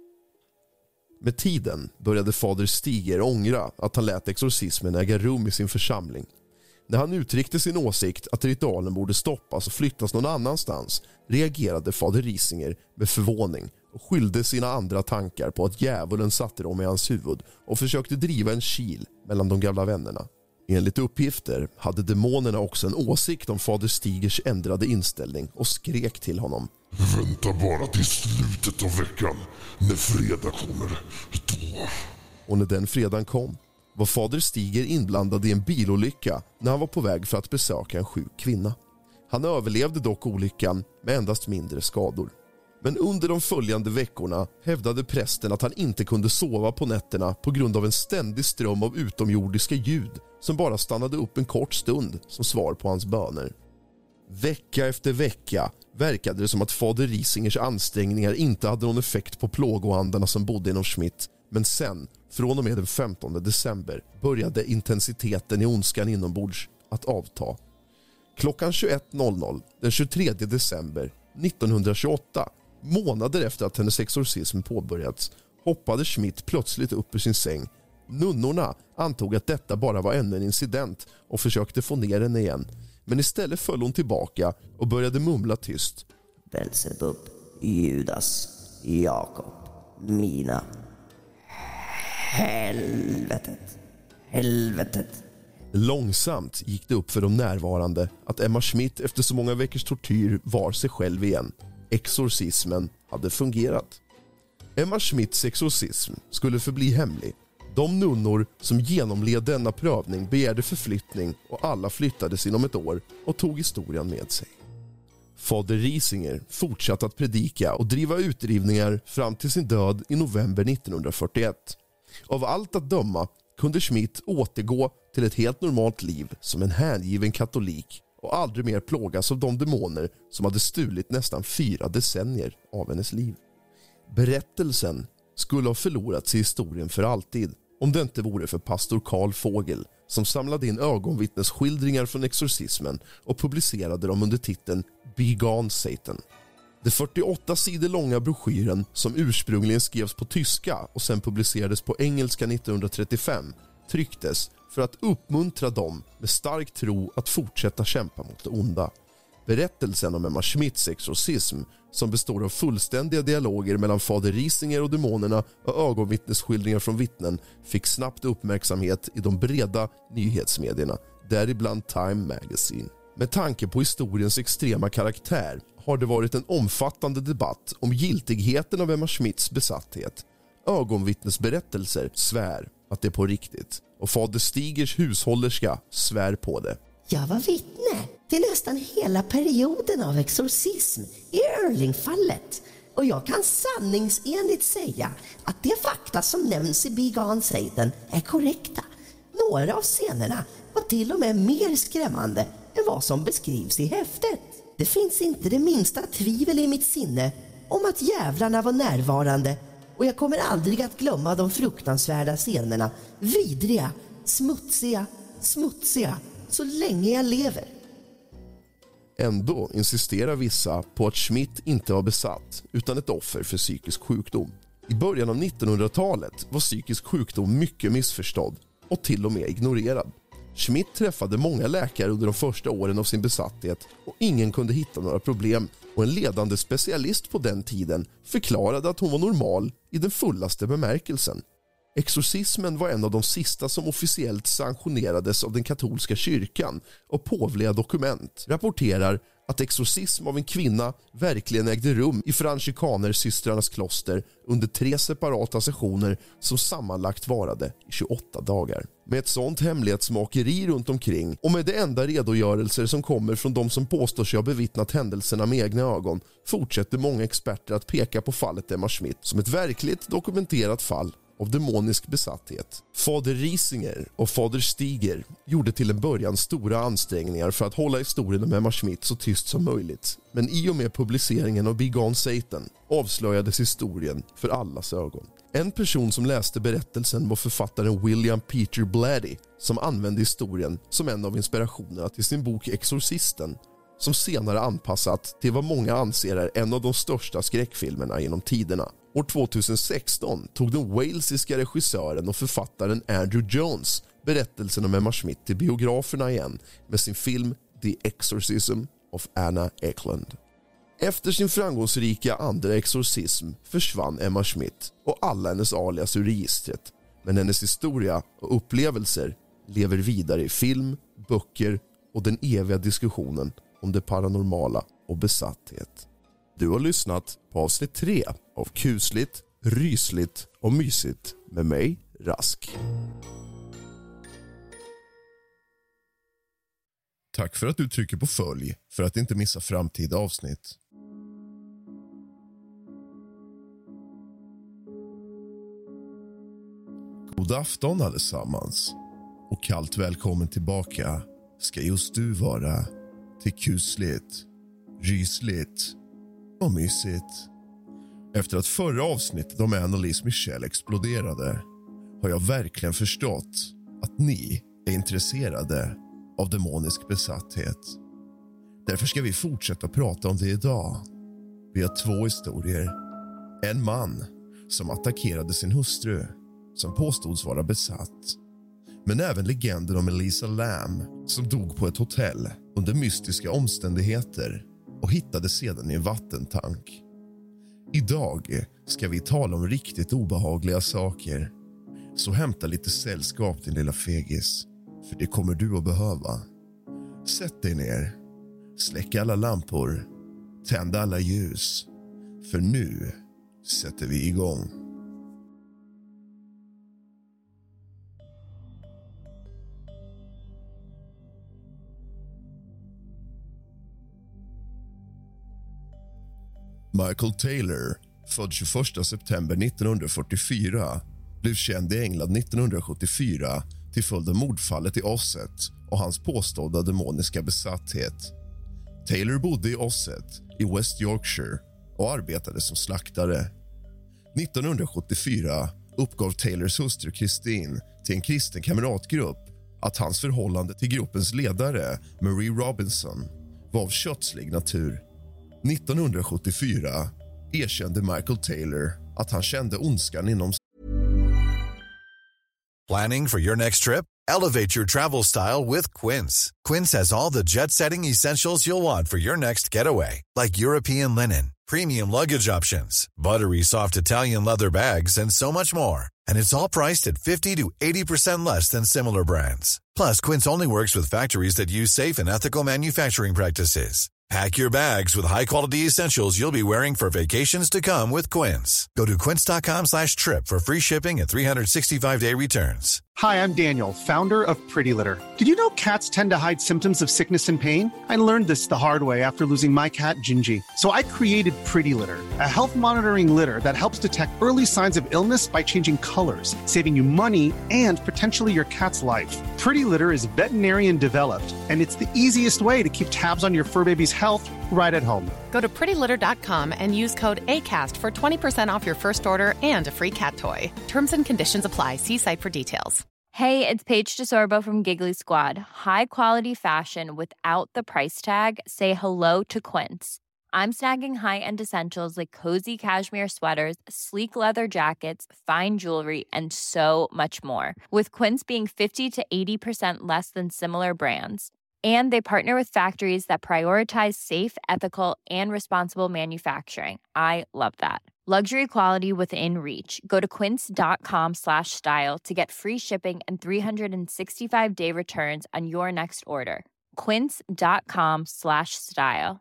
Med tiden började fader Stiger ångra att han lät exorcismen äga rum i sin församling. När han uttryckte sin åsikt att ritualen borde stoppas och flyttas någon annanstans reagerade fader Riesinger med förvåning och skyllde sina andra tankar på att djävulen satte dem i hans huvud och försökte driva en kil mellan de gamla vännerna. Enligt uppgifter hade demonerna också en åsikt om fader Stigers ändrade inställning och skrek till honom. Vänta bara till slutet av veckan, när fredag kommer, då. Och när den fredagen kom var fader Stiger inblandad i en bilolycka när han var på väg för att besöka en sjuk kvinna. Han överlevde dock olyckan med endast mindre skador. Men under de följande veckorna hävdade prästen att han inte kunde sova på nätterna på grund av en ständig ström av utomjordiska ljud som bara stannade upp en kort stund som svar på hans böner. Vecka efter vecka verkade det som att fader Riesingers ansträngningar inte hade någon effekt på plågoandarna som bodde inom Schmidt. Men sen, från och med den 15 december, började intensiteten i ondskan inombords att avta. Klockan 21.00 den 23 december 1928, månader efter att hennes exorcism påbörjats, hoppade Schmidt plötsligt upp ur sin säng. Nunnorna antog att detta bara var ännu en incident och försökte få ner henne igen. Men istället föll hon tillbaka och började mumla tyst. Belzebub, Judas, Jakob, Mina. Helvetet. Långsamt gick det upp för de närvarande att Emma Schmidt efter så många veckors tortyr var sig själv igen. Exorcismen hade fungerat. Emma Schmidts exorcism skulle förbli hemlig. De nunnor som genomled denna prövning begärde förflyttning och alla flyttades inom ett år och tog historien med sig. Fader Riesinger fortsatte att predika och driva utdrivningar fram till sin död i november 1941. Av allt att döma kunde Schmidt återgå till ett helt normalt liv som en hängiven katolik och aldrig mer plågas av de demoner som hade stulit nästan 4 decennier av hennes liv. Berättelsen skulle ha förlorats i historien för alltid om det inte vore för pastor Karl Fogel som samlade in ögonvittnesskildringar från exorcismen och publicerade dem under titeln Be Gone Satan. Det 48 sidor långa broschyren som ursprungligen skrevs på tyska och sen publicerades på engelska 1935 trycktes för att uppmuntra dem med stark tro att fortsätta kämpa mot det onda. Berättelsen om Emma Schmidts exorcism, som består av fullständiga dialoger mellan fader Riesinger och demonerna och ögonvittnesskildringar från vittnen, fick snabbt uppmärksamhet i de breda nyhetsmedierna, däribland Time Magazine. Med tanke på historiens extrema karaktär har det varit en omfattande debatt om giltigheten av Emma Schmidts besatthet. Ögonvittnesberättelser svär att det är på riktigt och fader Stigers hushållerska svär på det. Jag var vittne till nästan hela perioden av exorcism i Erling-fallet och jag kan sanningsenligt säga att de fakta som nämns i Be Gone Satan är korrekta. Några av scenerna var till och med mer skrämmande än vad som beskrivs i häftet. Det finns inte det minsta tvivel i mitt sinne om att jävlarna var närvarande och jag kommer aldrig att glömma de fruktansvärda scenerna. Vidriga, smutsiga, så länge jag lever. Ändå insisterar vissa på att Schmidt inte var besatt utan ett offer för psykisk sjukdom. I början av 1900-talet var psykisk sjukdom mycket missförstådd och till och med ignorerad. Schmidt träffade många läkare under de första åren av sin besatthet och ingen kunde hitta några problem, och en ledande specialist på den tiden förklarade att hon var normal i den fullaste bemärkelsen. Exorcismen var en av de sista som officiellt sanktionerades av den katolska kyrkan, och påvliga dokument rapporterar att exorcism av en kvinna verkligen ägde rum i Franciscanersystrarnas kloster under 3 separata sessioner som sammanlagt varade i 28 dagar. Med ett sånt hemlighetsmakeri runt omkring och med det enda redogörelser som kommer från de som påstår sig ha bevittnat händelserna med egna ögon fortsätter många experter att peka på fallet Emma Schmidt som ett verkligt dokumenterat fall av demonisk besatthet. Fader Riesinger och fader Stiger gjorde till en början stora ansträngningar för att hålla historien om Emma Schmidt så tyst som möjligt. Men i och med publiceringen av Be Gone Satan avslöjades historien för allas ögon. En person som läste berättelsen var författaren William Peter Blatty, som använde historien som en av inspirationerna till sin bok Exorcisten, som senare anpassat till vad många anser är en av de största skräckfilmerna genom tiderna. År 2016 tog den walesiska regissören och författaren Andrew Jones berättelsen om Emma Schmidt till biograferna igen med sin film The Exorcism of Anna Eklund. Efter sin framgångsrika andra exorcism försvann Emma Schmidt och alla hennes alias ur registret, men hennes historia och upplevelser lever vidare i film, böcker och den eviga diskussionen om det paranormala och besatthet. Du har lyssnat på avsnitt 3 av Kusligt, Rysligt och Mysigt med mig, Rask. Tack för att du trycker på följ för att inte missa framtida avsnitt. God afton allesammans och kallt välkommen tillbaka ska just du vara till Kusligt, Rysligt och Mysigt. Efter att förra avsnittet om Annalise Michel exploderade har jag verkligen förstått att ni är intresserade av demonisk besatthet. Därför ska vi fortsätta prata om det idag. Vi har 2 historier. En man som attackerade sin hustru som påstods vara besatt. Men även legenden om Elisa Lam som dog på ett hotell under mystiska omständigheter och hittades sedan i en vattentank. Idag ska vi tala om riktigt obehagliga saker. Så hämta lite sällskap din lilla fegis, för det kommer du att behöva. Sätt dig ner, släck alla lampor, tänd alla ljus, för nu sätter vi igång. Michael Taylor, född 21 september 1944, blev känd i England 1974 till följd av mordfallet i Osset och hans påstådda demoniska besatthet. Taylor bodde i Osset i West Yorkshire och arbetade som slaktare. 1974 uppgav Taylors hustru Christine till en kristen kamratgrupp att hans förhållande till gruppens ledare Marie Robinson var av kötslig natur. 1974 erkände Michael Taylor att han kände ondskan inom. Planning for your next trip? Elevate your travel style with Quince. Quince has all the jet-setting essentials you'll want for your next getaway, like European linen, premium luggage options, buttery soft Italian leather bags, and so much more. And it's all priced at 50 to 80% less than similar brands. Plus, Quince only works with factories that use safe and ethical manufacturing practices. Pack your bags with high-quality essentials you'll be wearing for vacations to come with Quince. Go to quince.com/trip for free shipping and 365-day returns. Hi, I'm Daniel, founder of Pretty Litter. Did you know cats tend to hide symptoms of sickness and pain? I learned this the hard way after losing my cat, Gingy. So I created Pretty Litter, a health monitoring litter that helps detect early signs of illness by changing colors, saving you money and potentially your cat's life. Pretty Litter is veterinarian developed, and it's the easiest way to keep tabs on your fur baby's health right at home. Go to prettylitter.com and use code ACAST for 20% off your first order and a free cat toy. Terms and conditions apply. See site for details. Hey, it's Paige DeSorbo from Giggly Squad. High quality fashion without the price tag. Say hello to Quince. I'm snagging high-end essentials like cozy cashmere sweaters, sleek leather jackets, fine jewelry, and so much more. With Quince being 50 to 80% less than similar brands. And they partner with factories that prioritize safe, ethical, and responsible manufacturing. I love that. Luxury quality within reach. Go to quince.com/style to get free shipping and 365-day returns on your next order. Quince.com/style.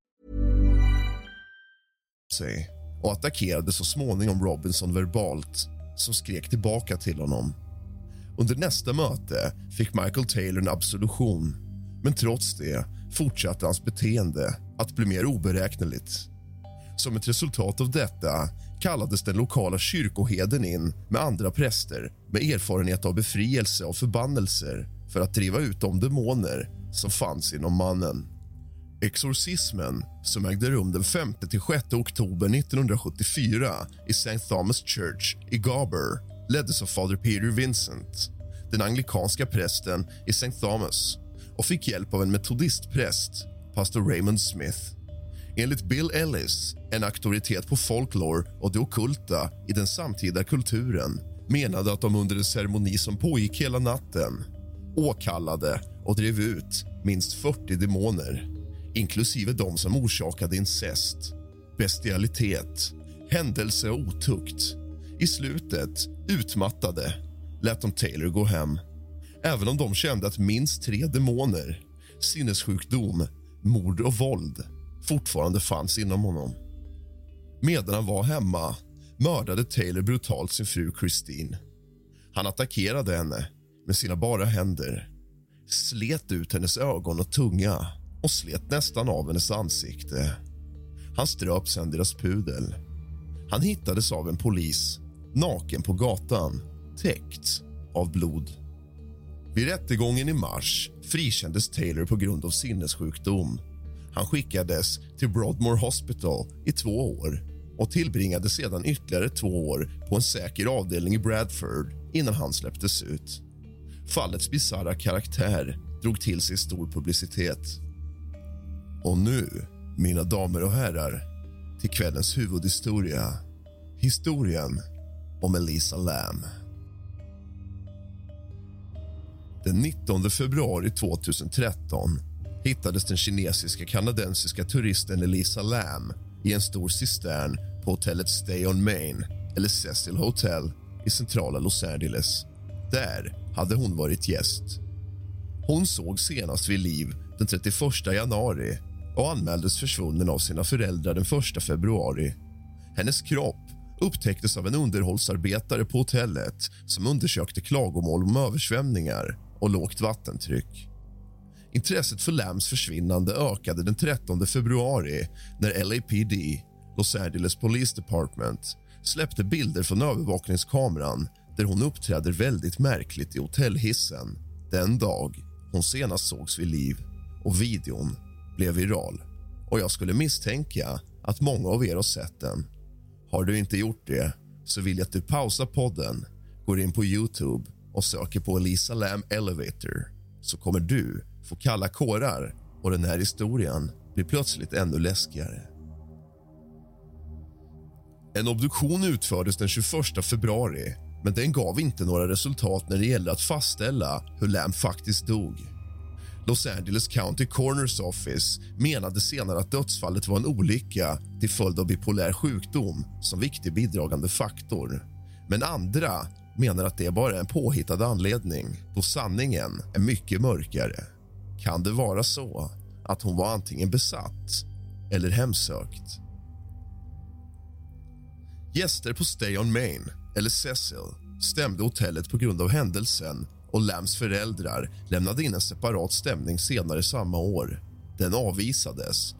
Och attackerade så småningom Robinson verbalt, som skrek tillbaka till honom. Under nästa möte fick Michael Taylor en absolution, men trots det fortsatte hans beteende att bli mer oberäkneligt. Som ett resultat av detta kallades den lokala kyrkoherden in med andra präster med erfarenhet av befrielse och förbannelser för att driva ut de demoner som fanns inom mannen. Exorcismen, som ägde rum den 5-6 oktober 1974 i St. Thomas Church i Garber, leddes av Father Peter Vincent, den anglikanska prästen i St. Thomas, och fick hjälp av en metodistpräst, pastor Raymond Smith. Enligt Bill Ellis, en auktoritet på folklore och det ockulta i den samtida kulturen, menade att de under en ceremoni som pågick hela natten åkallade och drev ut minst 40 demoner, inklusive de som orsakade incest, bestialitet, händelse och otukt. I slutet, utmattade, lät de Taylor gå hem, även om de kände att minst 3 demoner, sinnessjukdom, mord och våld fortfarande fanns inom honom. Medan han var hemma mördade Taylor brutalt sin fru Christine. Han attackerade henne med sina bara händer, slet ut hennes ögon och tunga och slet nästan av hennes ansikte. Han ströp sedan deras pudel. Han hittades av en polis, naken på gatan, täckt av blod. Vid rättegången i mars frikändes Taylor på grund av sinnessjukdom. Han skickades till Broadmoor Hospital i 2 år och tillbringade sedan ytterligare 2 år på en säker avdelning i Bradford innan han släpptes ut. Fallets bizarra karaktär drog till sig stor publicitet. Och nu, mina damer och herrar, till kvällens huvudhistoria. Historien om Elisa Lam. Den 19 februari 2013 hittades den kinesiska-kanadensiska turisten Elisa Lam i en stor cistern på hotellet Stay on Main, eller Cecil Hotel, i centrala Los Angeles. Där hade hon varit gäst. Hon såg senast vid liv den 31 januari och anmäldes försvunnen av sina föräldrar den 1 februari. Hennes kropp upptäcktes av en underhållsarbetare på hotellet som undersökte klagomål om översvämningar och lågt vattentryck. Intresset för Lams försvinnande ökade den 13 februari när LAPD, Los Angeles Police Department, släppte bilder från övervakningskameran där hon uppträder väldigt märkligt i hotellhissen den dag hon senast sågs vid liv, och videon blev viral. Och jag skulle misstänka att många av er har sett den. Har du inte gjort det så vill jag att du pausar podden, går in på YouTube och söker på Elisa Lam Elevator, så kommer du få kalla kårar och den här historien blir plötsligt ännu läskigare. En obduktion utfördes den 21 februari, men den gav inte några resultat när det gäller att fastställa hur Lam faktiskt dog. Los Angeles County Coroner's Office menade senare att dödsfallet var en olycka till följd av bipolär sjukdom som viktig bidragande faktor. Men andra menar att det bara är en påhittad anledning, då sanningen är mycket mörkare. Kan det vara så att hon var antingen besatt eller hemsökt? Gäster på Stay on Main, eller Cecil, stämde hotellet på grund av händelsen, och Lams föräldrar lämnade in en separat stämning senare samma år. Den avvisades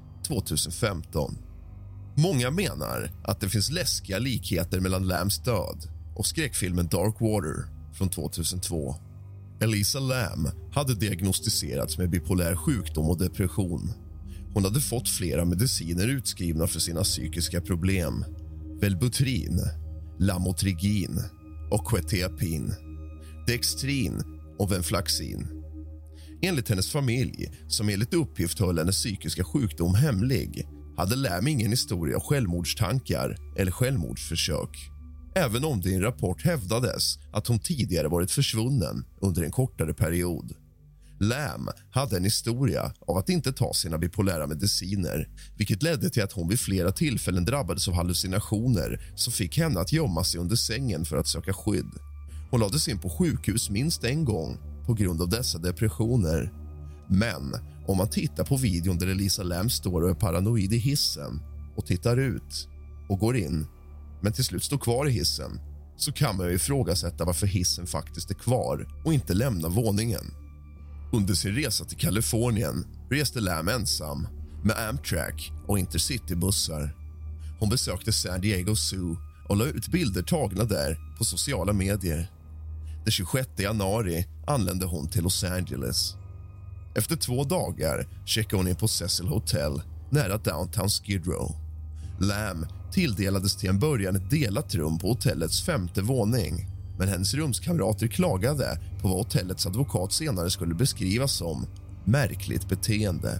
2015. Många menar att det finns läskiga likheter mellan Lams död och skräckfilmen Dark Water från 2002. Elisa Lam hade diagnostiserats med bipolär sjukdom och depression. Hon hade fått flera mediciner utskrivna för sina psykiska problem. Wellbutrin, Lamotrigin och Quetiapin, Dextrin och Venflaxin. Enligt hennes familj, som enligt uppgift höll hennes psykiska sjukdom hemlig, hade Lam ingen historia av självmordstankar eller självmordsförsök. Även om det i en rapport hävdades att hon tidigare varit försvunnen under en kortare period. Lam hade en historia av att inte ta sina bipolära mediciner, vilket ledde till att hon vid flera tillfällen drabbades av hallucinationer som fick henne att gömma sig under sängen för att söka skydd. Hon lades in på sjukhus minst en gång på grund av dessa depressioner. Men om man tittar på videon där Elisa Lam står och är paranoid i hissen och tittar ut och går in, men till slut står kvar i hissen, så kan man ju ifrågasätta varför hissen faktiskt är kvar och inte lämnar våningen. Under sin resa till Kalifornien reste Lam ensam med Amtrak och Intercitybussar. Hon besökte San Diego Zoo och la ut bilder tagna där på sociala medier. Den 26 januari anlände hon till Los Angeles. Efter 2 dagar checkade hon in på Cecil Hotel nära downtown Skid Row. Lam tilldelades till en början ett delat rum på hotellets 5:e våning, men hennes rumskamrater klagade på vad hotellets advokat senare skulle beskrivas som märkligt beteende.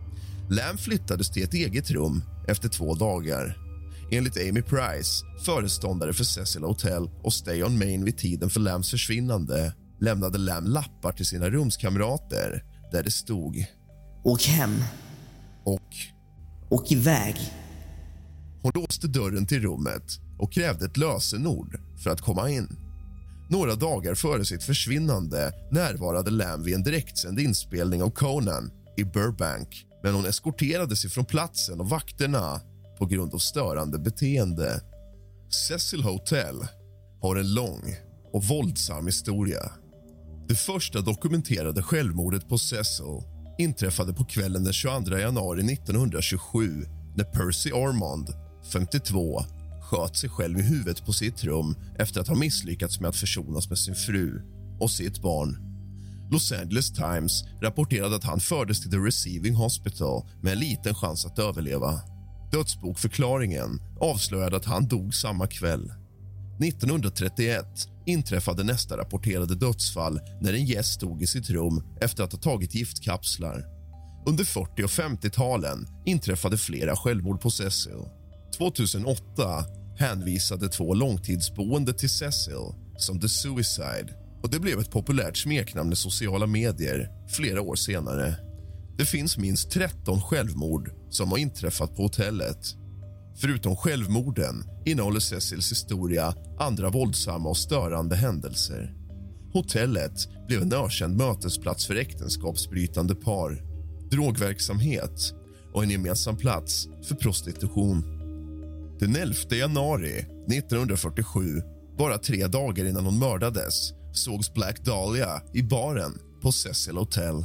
Lam flyttades till ett eget rum efter 2 dagar. Enligt Amy Price, föreståndare för Cecil Hotel och Stay on Main vid tiden för Lams försvinnande, lämnade Lam lappar till sina rumskamrater där det stod: "Åk hem." Och "Åk iväg." Hon låste dörren till rummet och krävde ett lösenord för att komma in. Några dagar före sitt försvinnande närvarade Lam vid en direktsänd inspelning av Conan i Burbank, men hon eskorterades ifrån platsen av vakterna på grund av störande beteende. Cecil Hotel har en lång och våldsam historia. Det första dokumenterade självmordet på Cecil inträffade på kvällen den 22 januari 1927 när Percy Ormond, 52, sköt sig själv i huvudet på sitt rum efter att ha misslyckats med att försonas med sin fru och sitt barn. Los Angeles Times rapporterade att han fördes till The Receiving Hospital med en liten chans att överleva. Dödsbokförklaringen avslöjade att han dog samma kväll. 1931 inträffade nästa rapporterade dödsfall när en gäst dog i sitt rum efter att ha tagit giftkapslar. Under 40- och 50-talen inträffade flera självmord på Cecil. 2008 hänvisade 2 långtidsboende till Cecil som The Suicide, och det blev ett populärt smeknamn i sociala medier flera år senare. Det finns minst 13 självmord som har inträffat på hotellet. Förutom självmorden innehåller Cecils historia andra våldsamma och störande händelser. Hotellet blev en ökänd mötesplats för äktenskapsbrytande par, drogverksamhet och en gemensam plats för prostitution. Den 11 januari 1947, bara 3 dagar innan hon mördades, sågs Black Dahlia i baren på Cecil Hotel.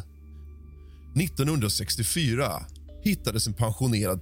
1964 hittades en pensionerad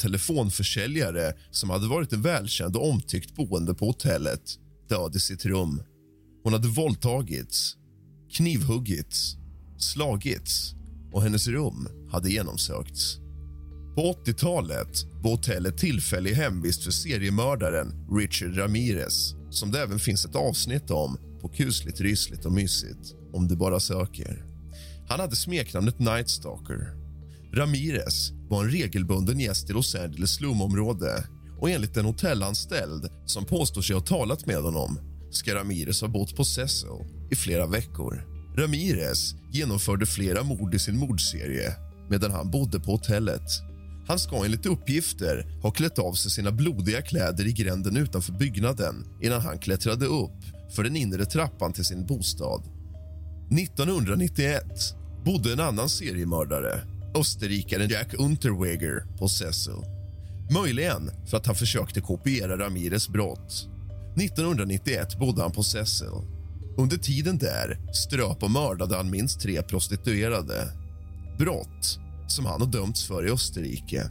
telefonförsäljare som hade varit en välkänd och omtyckt boende på hotellet, död i sitt rum. Hon hade våldtagits, knivhuggits, slagits och hennes rum hade genomsökts. På 80-talet var hotellet tillfällig hemvist för seriemördaren Richard Ramirez, som det även finns ett avsnitt om på Kusligt, rysligt och mysigt om du bara söker. Han hade smeknamnet Night Stalker. Ramirez var en regelbunden gäst i Los Angeles slumområde och enligt en hotellanställd som påstår sig ha talat med honom ska Ramirez ha bott på Cecil i flera veckor. Ramirez genomförde flera mord i sin mordserie medan han bodde på hotellet. Han ska enligt uppgifter ha klätt av sig sina blodiga kläder i gränden utanför byggnaden innan han klättrade upp för den inre trappan till sin bostad. 1991 bodde en annan seriemördare, österrikaren Jack Unterweger, på Cecil. Möjligen för att han försökte kopiera Ramirez brott. 1991 bodde han på Cecil. Under tiden där ströp och mördade han minst 3 prostituerade. Brott som han har dömts för i Österrike.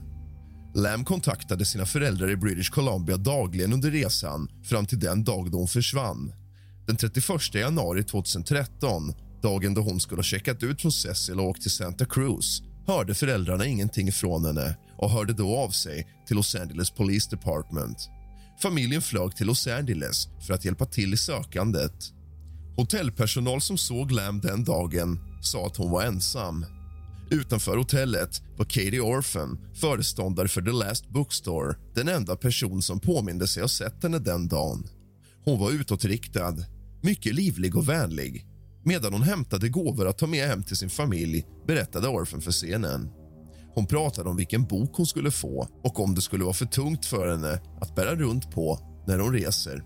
Lam kontaktade sina föräldrar i British Columbia dagligen under resan fram till den dag då hon försvann. Den 31 januari 2013, dagen då hon skulle ha checkat ut från Cecil och åkt till Santa Cruz, hörde föräldrarna ingenting från henne och hörde då av sig till Los Angeles Police Department. Familjen flög till Los Angeles för att hjälpa till i sökandet. Hotellpersonal som såg Lam den dagen sa att hon var ensam. Utanför hotellet var Katie Orphan, föreståndare för The Last Bookstore, den enda person som påminde sig ha sett henne den dagen. Hon var utåtriktad, mycket livlig och vänlig. Medan hon hämtade gåvor att ta med hem till sin familj berättade Orphan för scenen. Hon pratade om vilken bok hon skulle få och om det skulle vara för tungt för henne att bära runt på när hon reser.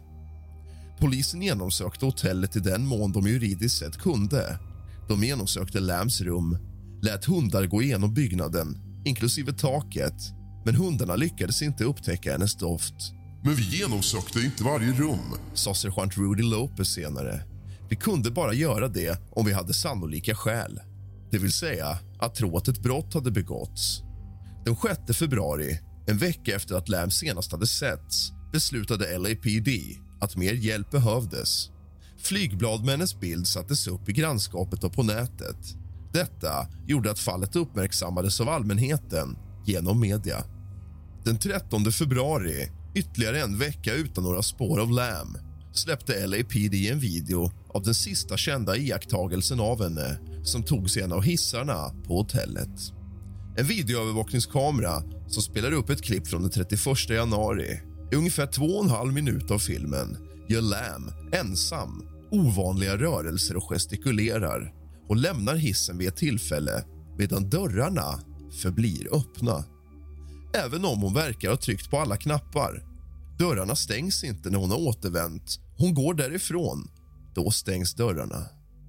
Polisen genomsökte hotellet i den mån de juridiskt sett kunde. De genomsökte Lams rum, lät hundar gå igenom byggnaden, inklusive taket, men hundarna lyckades inte upptäcka hennes doft. Men vi genomsökte inte varje rum, sa sergeant Rudy Lopez senare. Vi kunde bara göra det om vi hade sannolika skäl. Det vill säga att tro att ett brott hade begåtts. Den 6 februari, en vecka efter att Lam senast hade setts, beslutade LAPD att mer hjälp behövdes. Flygblad med hennes bild sattes upp i grannskapet och på nätet. Detta gjorde att fallet uppmärksammades av allmänheten genom media. Den 13 februari, ytterligare en vecka utan några spår av Lam, släppte LAPD en video av den sista kända iakttagelsen av henne som togs i en av hissarna på hotellet. En videoövervakningskamera som spelar upp ett klipp från den 31 januari. I ungefär 2,5 minuter av filmen gör Lam ensam ovanliga rörelser och gestikulerar och lämnar hissen vid ett tillfälle medan dörrarna förblir öppna. Även om hon verkar ha tryckt på alla knappar. Dörrarna stängs inte när hon har återvänt. Hon går därifrån. Då stängs dörrarna.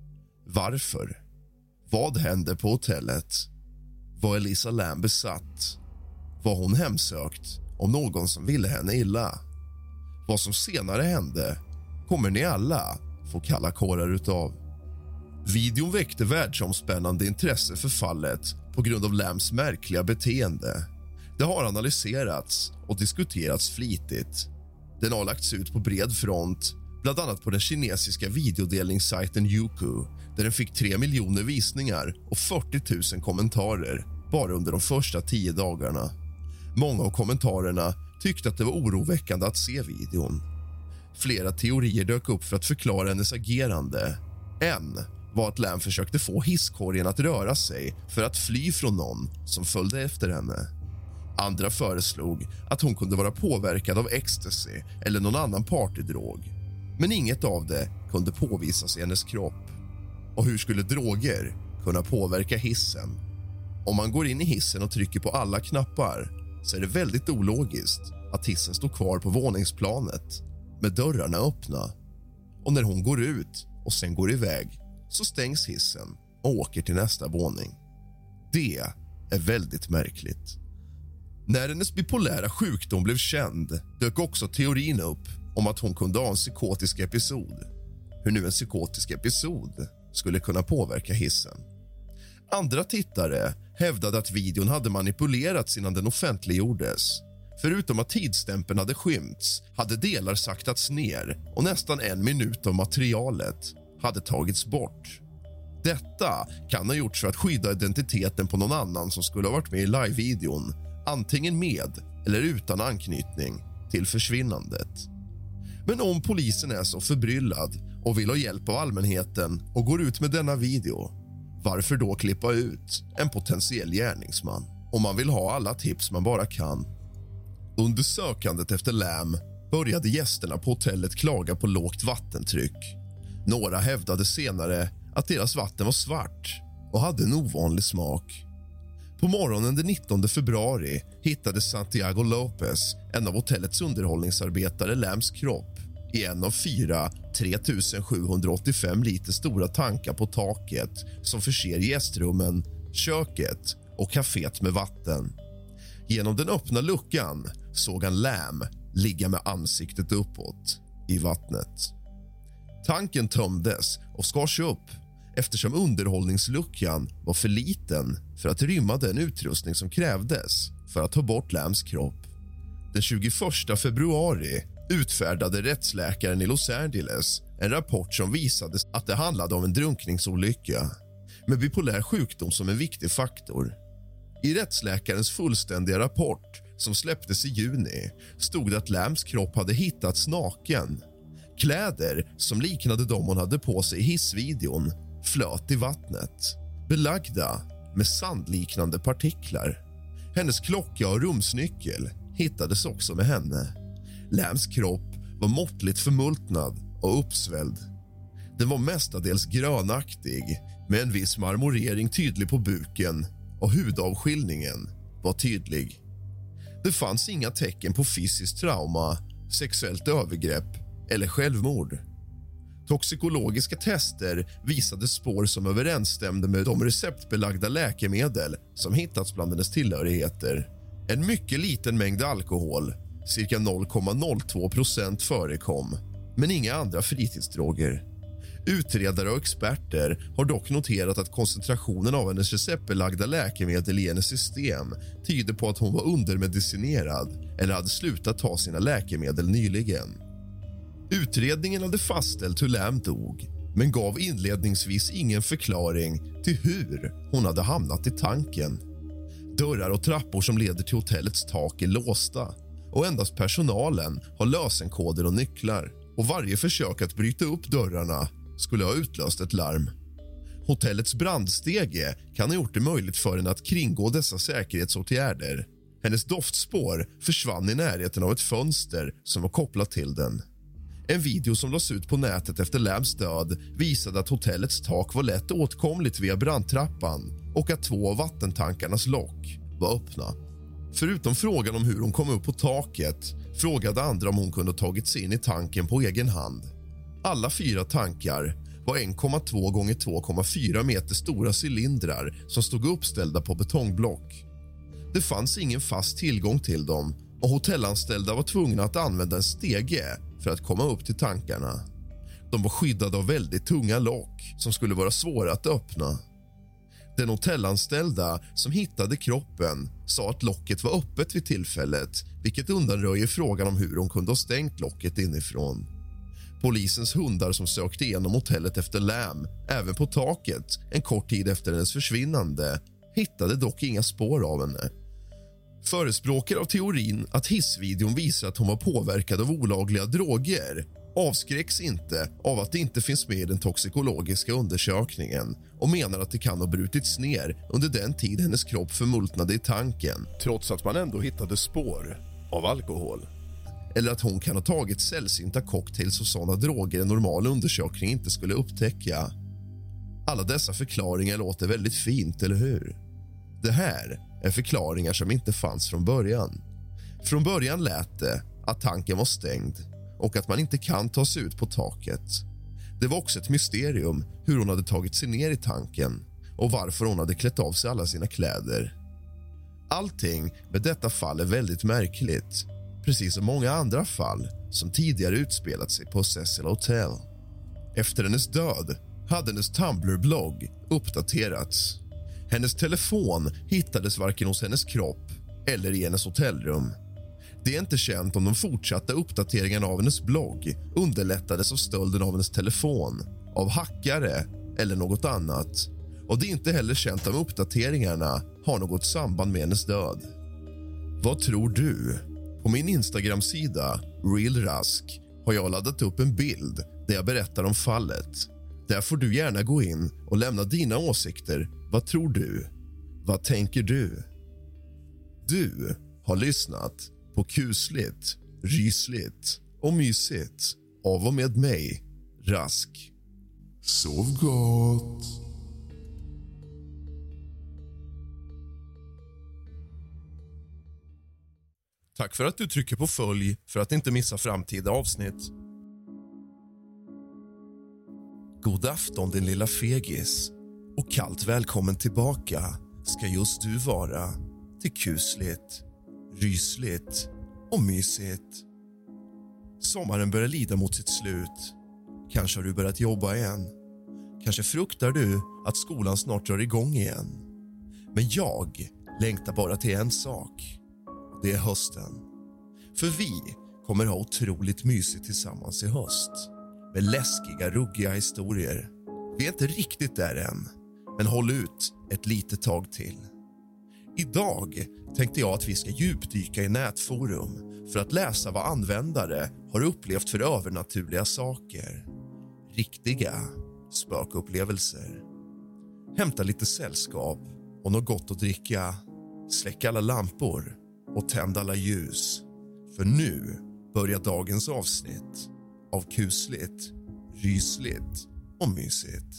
Varför? Vad hände på hotellet? Var Elisa Lam besatt? Var hon hemsökt av någon som ville henne illa? Vad som senare hände kommer ni alla få kalla kårar utav. Videon väckte världsomspännande intresse för fallet på grund av Lams märkliga beteende. Det har analyserats och diskuterats flitigt. Den har lagts ut på bred front, bland annat på den kinesiska videodelningssajten Youku, där den fick 3 miljoner visningar och 40 000 kommentarer bara under de första 10 dagarna. Många av kommentarerna tyckte att det var oroväckande att se videon. Flera teorier dök upp för att förklara hennes agerande. En var att Lam försökte få hisskorgen att röra sig för att fly från någon som följde efter henne. Andra föreslog att hon kunde vara påverkad av ecstasy eller någon annan partydrog. Men inget av det kunde påvisas i hennes kropp. Och hur skulle droger kunna påverka hissen? Om man går in i hissen och trycker på alla knappar så är det väldigt ologiskt att hissen står kvar på våningsplanet med dörrarna öppna. Och när hon går ut och sen går iväg så stängs hissen och åker till nästa våning. Det är väldigt märkligt. När hennes bipolära sjukdom blev känd dök också teorin upp om att hon kunde ha en psykotisk episod. Hur nu en psykotisk episod skulle kunna påverka hissen. Andra tittare hävdade att videon hade manipulerats innan den offentliggjordes. förutom att tidsstämpeln hade skymts, hade delar saktats ner och nästan 1 minut av materialet hade tagits bort. Detta kan ha gjorts för att skydda identiteten på någon annan som skulle ha varit med i live-videon, antingen med eller utan anknytning till försvinnandet. Men om polisen är så förbryllad och vill ha hjälp av allmänheten och går ut med denna video, varför då klippa ut en potentiell gärningsman om man vill ha alla tips man bara kan? Under sökandet efter Lam började gästerna på hotellet klaga på lågt vattentryck. Några hävdade senare att deras vatten var svart och hade en ovanlig smak. På morgonen den 19 februari hittade Santiago Lopez, en av hotellets underhållningsarbetare, Lams kropp i en av 4 3785 liter stora tankar på taket som förser gästrummen, köket och kaféet med vatten. Genom den öppna luckan såg han Lam ligga med ansiktet uppåt i vattnet. Tanken tömdes och skars upp eftersom underhållningsluckan var för liten för att rymma den utrustning som krävdes för att ta bort Lams kropp. Den 21 februari utfärdade rättsläkaren i Los Angeles en rapport som visade att det handlade om en drunkningsolycka med bipolär sjukdom som en viktig faktor. I rättsläkarens fullständiga rapport som släpptes i juni stod det att Lams kropp hade hittats naken. Kläder som liknade de hon hade på sig i hissvideon flöt i vattnet, belagda med sandliknande partiklar. Hennes klocka och rumsnyckel hittades också med henne. Lams kropp var måttligt förmultnad och uppsvälld. Den var mestadels grönaktig med en viss marmorering tydlig på buken och hudavskiljningen var tydlig. Det fanns inga tecken på fysiskt trauma, sexuellt övergrepp eller självmord. Toxikologiska tester visade spår som överensstämde med de receptbelagda läkemedel som hittats bland hennes tillhörigheter. En mycket liten mängd alkohol, cirka 0,02%, förekom, men inga andra fritidsdroger. Utredare och experter har dock noterat att koncentrationen av hennes receptbelagda läkemedel i hennes system tyder på att hon var undermedicinerad eller hade slutat ta sina läkemedel nyligen. Utredningen hade fastställt hur Lam dog, men gav inledningsvis ingen förklaring till hur hon hade hamnat i tanken. Dörrar och trappor som leder till hotellets tak är låsta och endast personalen har lösenkoder och nycklar, och varje försök att bryta upp dörrarna skulle ha utlöst ett larm. Hotellets brandstege kan ha gjort det möjligt för henne att kringgå dessa säkerhetsåtgärder. Hennes doftspår försvann i närheten av ett fönster som var kopplat till den. En video som lades ut på nätet efter Lams död visade att hotellets tak var lätt åtkomligt via brandtrappan och att 2 av vattentankarnas lock var öppna. Förutom frågan om hur hon kom upp på taket frågade andra om hon kunde ha tagit sig in i tanken på egen hand. Alla 4 tankar var 1,2 gånger 2,4 meter stora cylindrar som stod uppställda på betongblock. Det fanns ingen fast tillgång till dem och hotellanställda var tvungna att använda en stege för att komma upp till tankarna. De var skyddade av väldigt tunga lock som skulle vara svåra att öppna. Den hotellanställda som hittade kroppen sa att locket var öppet vid tillfället, vilket undanröjer frågan om hur hon kunde ha stängt locket inifrån. Polisens hundar som sökte igenom hotellet efter Lam, även på taket en kort tid efter hennes försvinnande, hittade dock inga spår av henne. Förespråkare av teorin att hissvideon visar att hon var påverkad av olagliga droger avskräcks inte av att det inte finns med i den toxikologiska undersökningen och menar att det kan ha brutits ner under den tid hennes kropp förmultnade i tanken, trots att man ändå hittade spår av alkohol. Eller att hon kan ha tagit sällsynta cocktails och sådana droger en normal undersökning inte skulle upptäcka. Alla dessa förklaringar låter väldigt fint, eller hur? Det här är förklaringar som inte fanns från början. Från början lät det att tanken var stängd och att man inte kan ta sig ut på taket. Det var också ett mysterium hur hon hade tagit sig ner i tanken och varför hon hade klätt av sig alla sina kläder. Allting med detta fall är väldigt märkligt, precis som många andra fall som tidigare utspelat sig på Cecil Hotel. Efter hennes död hade hennes Tumblr-blogg uppdaterats. Hennes telefon hittades varken hos hennes kropp eller i hennes hotellrum. Det är inte känt om de fortsatta uppdateringarna av hennes blogg underlättades av stölden av hennes telefon, av hackare eller något annat. Och det är inte heller känt om uppdateringarna har något samband med hennes död. Vad tror du? På min Instagram-sida, RealRask, har jag laddat upp en bild där jag berättar om fallet. Där får du gärna gå in och lämna dina åsikter. Vad tror du? Vad tänker du? Du har lyssnat på Kusligt, Rysligt och Mysigt av och med mig, Rask. Sov gott! Tack för att du trycker på följ för att inte missa framtida avsnitt. God afton din lilla fegis och kallt välkommen tillbaka ska just du vara till Kusligt, Rysligt och Mysigt. Sommaren börjar lida mot sitt slut. Kanske har du börjat jobba igen. Kanske fruktar du att skolan snart drar igång igen. Men jag längtar bara till en sak. Det är hösten. För vi kommer ha otroligt mysigt tillsammans i höst. Med läskiga, ruggiga historier. Vi är inte riktigt där än. Men håll ut ett litet tag till. Idag tänkte jag att vi ska djupdyka i nätforum för att läsa vad användare har upplevt för övernaturliga saker. Riktiga spökupplevelser. Hämta lite sällskap och något gott att dricka. Släck alla lampor och tänd alla ljus. För nu börjar dagens avsnitt av Kusligt, Rysligt och Mysigt.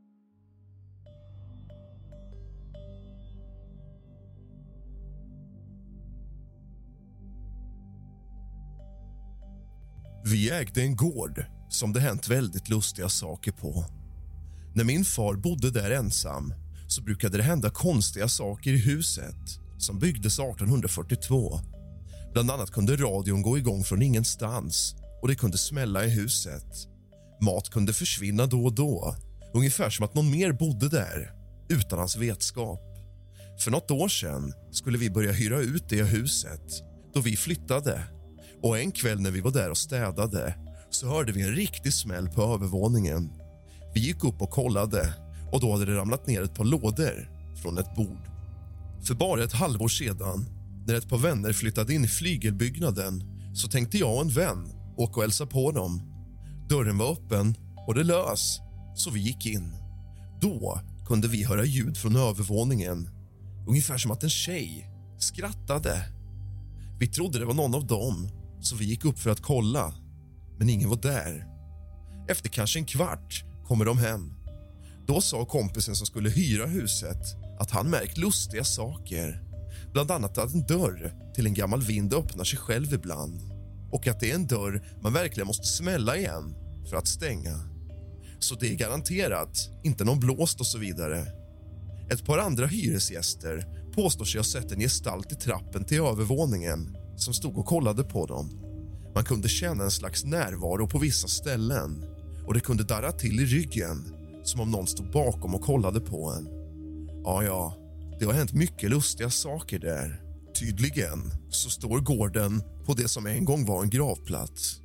Vi ägde en gård som det hänt väldigt lustiga saker på. När min far bodde där ensam så brukade det hända konstiga saker i huset som byggdes 1842. Bland annat kunde radion gå igång från ingenstans och det kunde smälla i huset. Mat kunde försvinna då och då, ungefär som att någon mer bodde där utan hans vetskap. För något år sedan skulle vi börja hyra ut det huset då vi flyttade. Och en kväll när vi var där och städade så hörde vi en riktig smäll på övervåningen. Vi gick upp och kollade och då hade det ramlat ner ett par lådor från ett bord. För bara ett halvår sedan, när ett par vänner flyttade in i flygelbyggnaden, så tänkte jag och en vän åka och hälsa på dem. Dörren var öppen och det lös, så vi gick in. Då kunde vi höra ljud från övervåningen, ungefär som att en tjej skrattade. Vi trodde det var någon av dem, så vi gick upp för att kolla, men ingen var där. Efter kanske en kvart kommer de hem. Då sa kompisen som skulle hyra huset att han märkt lustiga saker. Bland annat att en dörr till en gammal vind öppnar sig själv ibland. Och att det är en dörr man verkligen måste smälla igen för att stänga. Så det är garanterat inte någon blåst och så vidare. Ett par andra hyresgäster påstår sig ha sett en gestalt i trappen till övervåningen som stod och kollade på dem. Man kunde känna en slags närvaro på vissa ställen och det kunde darra till i ryggen som om någon stod bakom och kollade på en. Ja, det har hänt mycket lustiga saker där. Tydligen så står gården på det som en gång var en gravplats.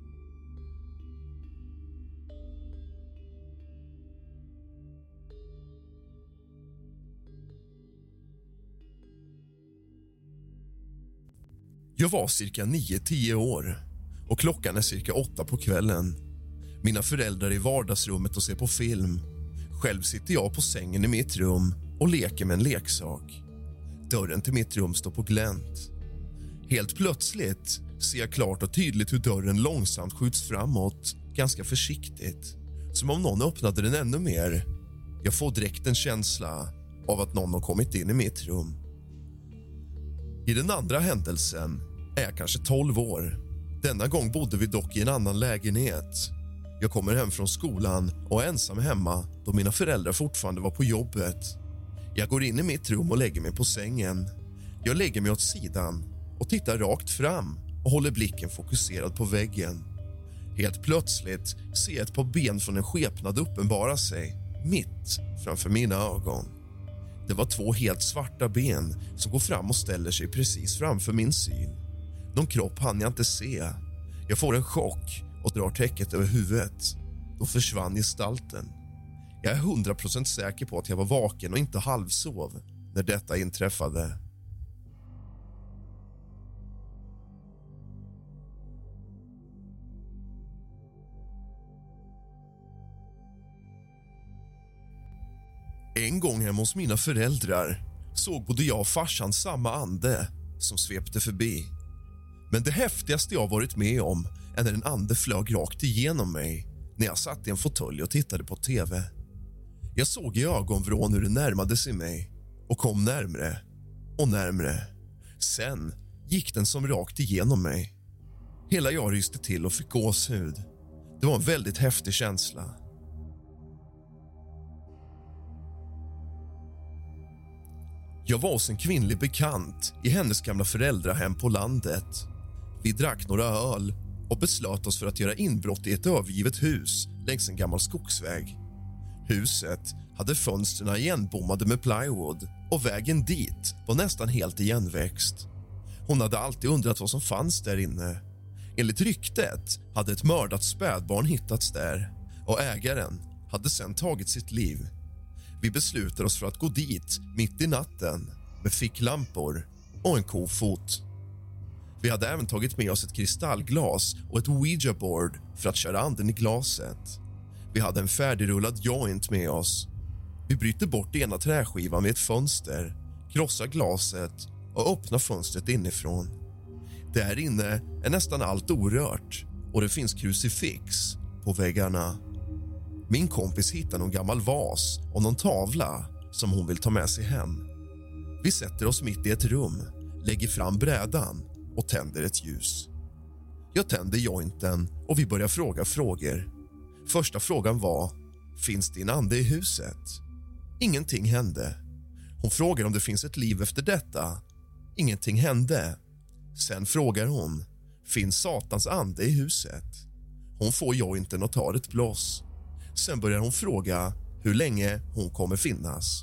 Jag var cirka 9-10 år och klockan är cirka 8 på kvällen. Mina föräldrar är i vardagsrummet och ser på film. Själv sitter jag på sängen i mitt rum och leker med en leksak. Dörren till mitt rum står på glänt. Helt plötsligt ser jag klart och tydligt hur dörren långsamt skjuts framåt, ganska försiktigt. Som om någon öppnade den ännu mer. Jag får direkt en känsla av att någon har kommit in i mitt rum. I den andra händelsen är jag kanske 12 år. Denna gång bodde vi dock i en annan lägenhet. Jag kommer hem från skolan och är ensam hemma då mina föräldrar fortfarande var på jobbet. Jag går in i mitt rum och lägger mig på sängen. Jag lägger mig åt sidan och tittar rakt fram och håller blicken fokuserad på väggen. Helt plötsligt ser jag ett par ben från en skepnad uppenbara sig mitt framför mina ögon. Det var 2 helt svarta ben som går fram och ställer sig precis framför min syn. Någon kropp hann jag inte se. Jag får en chock och drar täcket över huvudet. Då försvann gestalten. Jag är 100% säker på att jag var vaken och inte halvsov när detta inträffade. En gång hemma hos mina föräldrar såg både jag och farsan samma ande som svepte förbi. Men det häftigaste jag varit med om är när en ande flög rakt igenom mig när jag satt i en fåtölj och tittade på tv. Jag såg i ögonvrån hur det närmade sig mig och kom närmre och närmre. Sen gick den som rakt igenom mig. Hela jag ryste till och fick gåshud. Det var en väldigt häftig känsla. Jag var hos en kvinnlig bekant i hennes gamla föräldrahem på landet. Vi drack några öl och beslöt oss för att göra inbrott i ett övergivet hus längs en gammal skogsväg. Huset hade fönstren igenbommade med plywood och vägen dit var nästan helt igenväxt. Hon hade alltid undrat vad som fanns där inne. Enligt ryktet hade ett mördat spädbarn hittats där och ägaren hade sedan tagit sitt liv. Vi beslutade oss för att gå dit mitt i natten med ficklampor och en kofot. Vi hade även tagit med oss ett kristallglas och ett Ouija-board för att köra anden i glaset. Vi hade en färdigrullad joint med oss. Vi bryter bort ena träskivan vid ett fönster, krossar glaset och öppnar fönstret inifrån. Där inne är nästan allt orört och det finns krucifix på väggarna. Min kompis hittar någon gammal vas och någon tavla som hon vill ta med sig hem. Vi sätter oss mitt i ett rum, lägger fram brädan och tänder ett ljus. Jag tänder jointen och vi börjar fråga frågor. Första frågan var: finns det en ande i huset? Ingenting hände. Hon frågar om det finns ett liv efter detta. Ingenting hände. Sen frågar hon: finns Satans ande i huset? Hon får jointen och tar ett blås. Sen börjar hon fråga hur länge hon kommer finnas.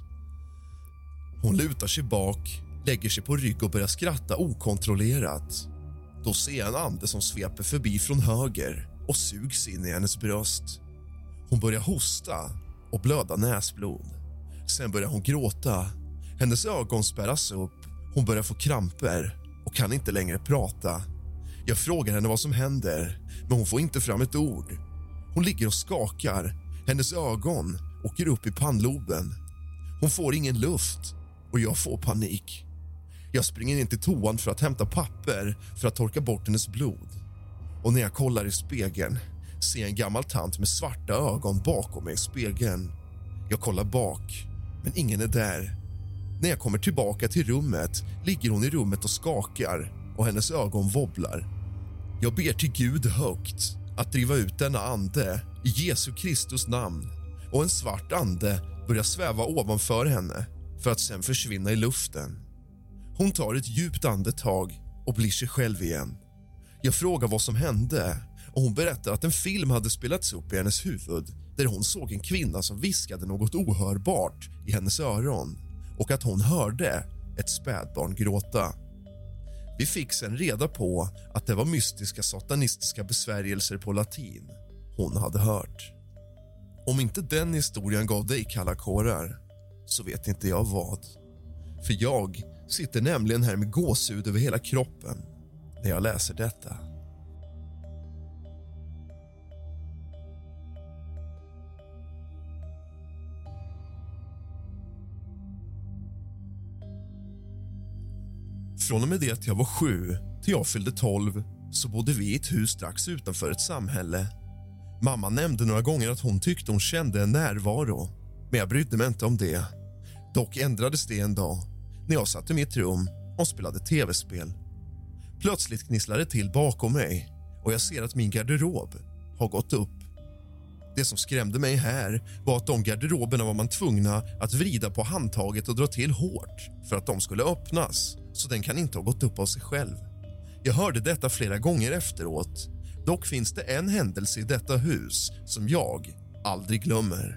Hon lutar sig bak, lägger sig på rygg och börjar skratta okontrollerat. Då ser jag en ande som sveper förbi från höger och sugs in i hennes bröst. Hon börjar hosta och blöda näsblod. Sen börjar hon gråta. Hennes ögon spärras upp. Hon börjar få kramper och kan inte längre prata. Jag frågar henne vad som händer, men hon får inte fram ett ord. Hon ligger och skakar. Hennes ögon åker upp i pannloben. Hon får ingen luft och jag får panik. Jag springer in till toan för att hämta papper för att torka bort hennes blod. Och när jag kollar i spegeln ser jag en gammal tant med svarta ögon bakom mig i spegeln. Jag kollar bak, men ingen är där. När jag kommer tillbaka till rummet ligger hon i rummet och skakar och hennes ögon wobblar. Jag ber till Gud högt att driva ut denna ande i Jesu Kristus namn, och en svart ande börjar sväva ovanför henne för att sen försvinna i luften. Hon tar ett djupt andetag och blir sig själv igen. Jag frågar vad som hände och hon berättar att en film hade spelats upp i hennes huvud där hon såg en kvinna som viskade något ohörbart i hennes öron och att hon hörde ett spädbarn gråta. Vi fick sen reda på att det var mystiska satanistiska besvärjelser på latin hon hade hört. Om inte den historien gav dig kalla kårar så vet inte jag vad. För jag sitter nämligen här med gåshud över hela kroppen när jag läser detta. Från och med det att jag var 7 till jag fyllde 12 så bodde vi i ett hus strax utanför ett samhälle. Mamma nämnde några gånger att hon tyckte hon kände en närvaro, men jag brydde mig inte om det. Dock ändrades det en dag när jag satt i mitt rum och spelade tv-spel. Plötsligt knisslade det till bakom mig och jag ser att min garderob har gått upp. Det som skrämde mig här var att de garderoberna var man tvungna att vrida på handtaget och dra till hårt för att de skulle öppnas, så den kan inte ha gått upp av sig själv. Jag hörde detta flera gånger efteråt. Dock finns det en händelse i detta hus som jag aldrig glömmer.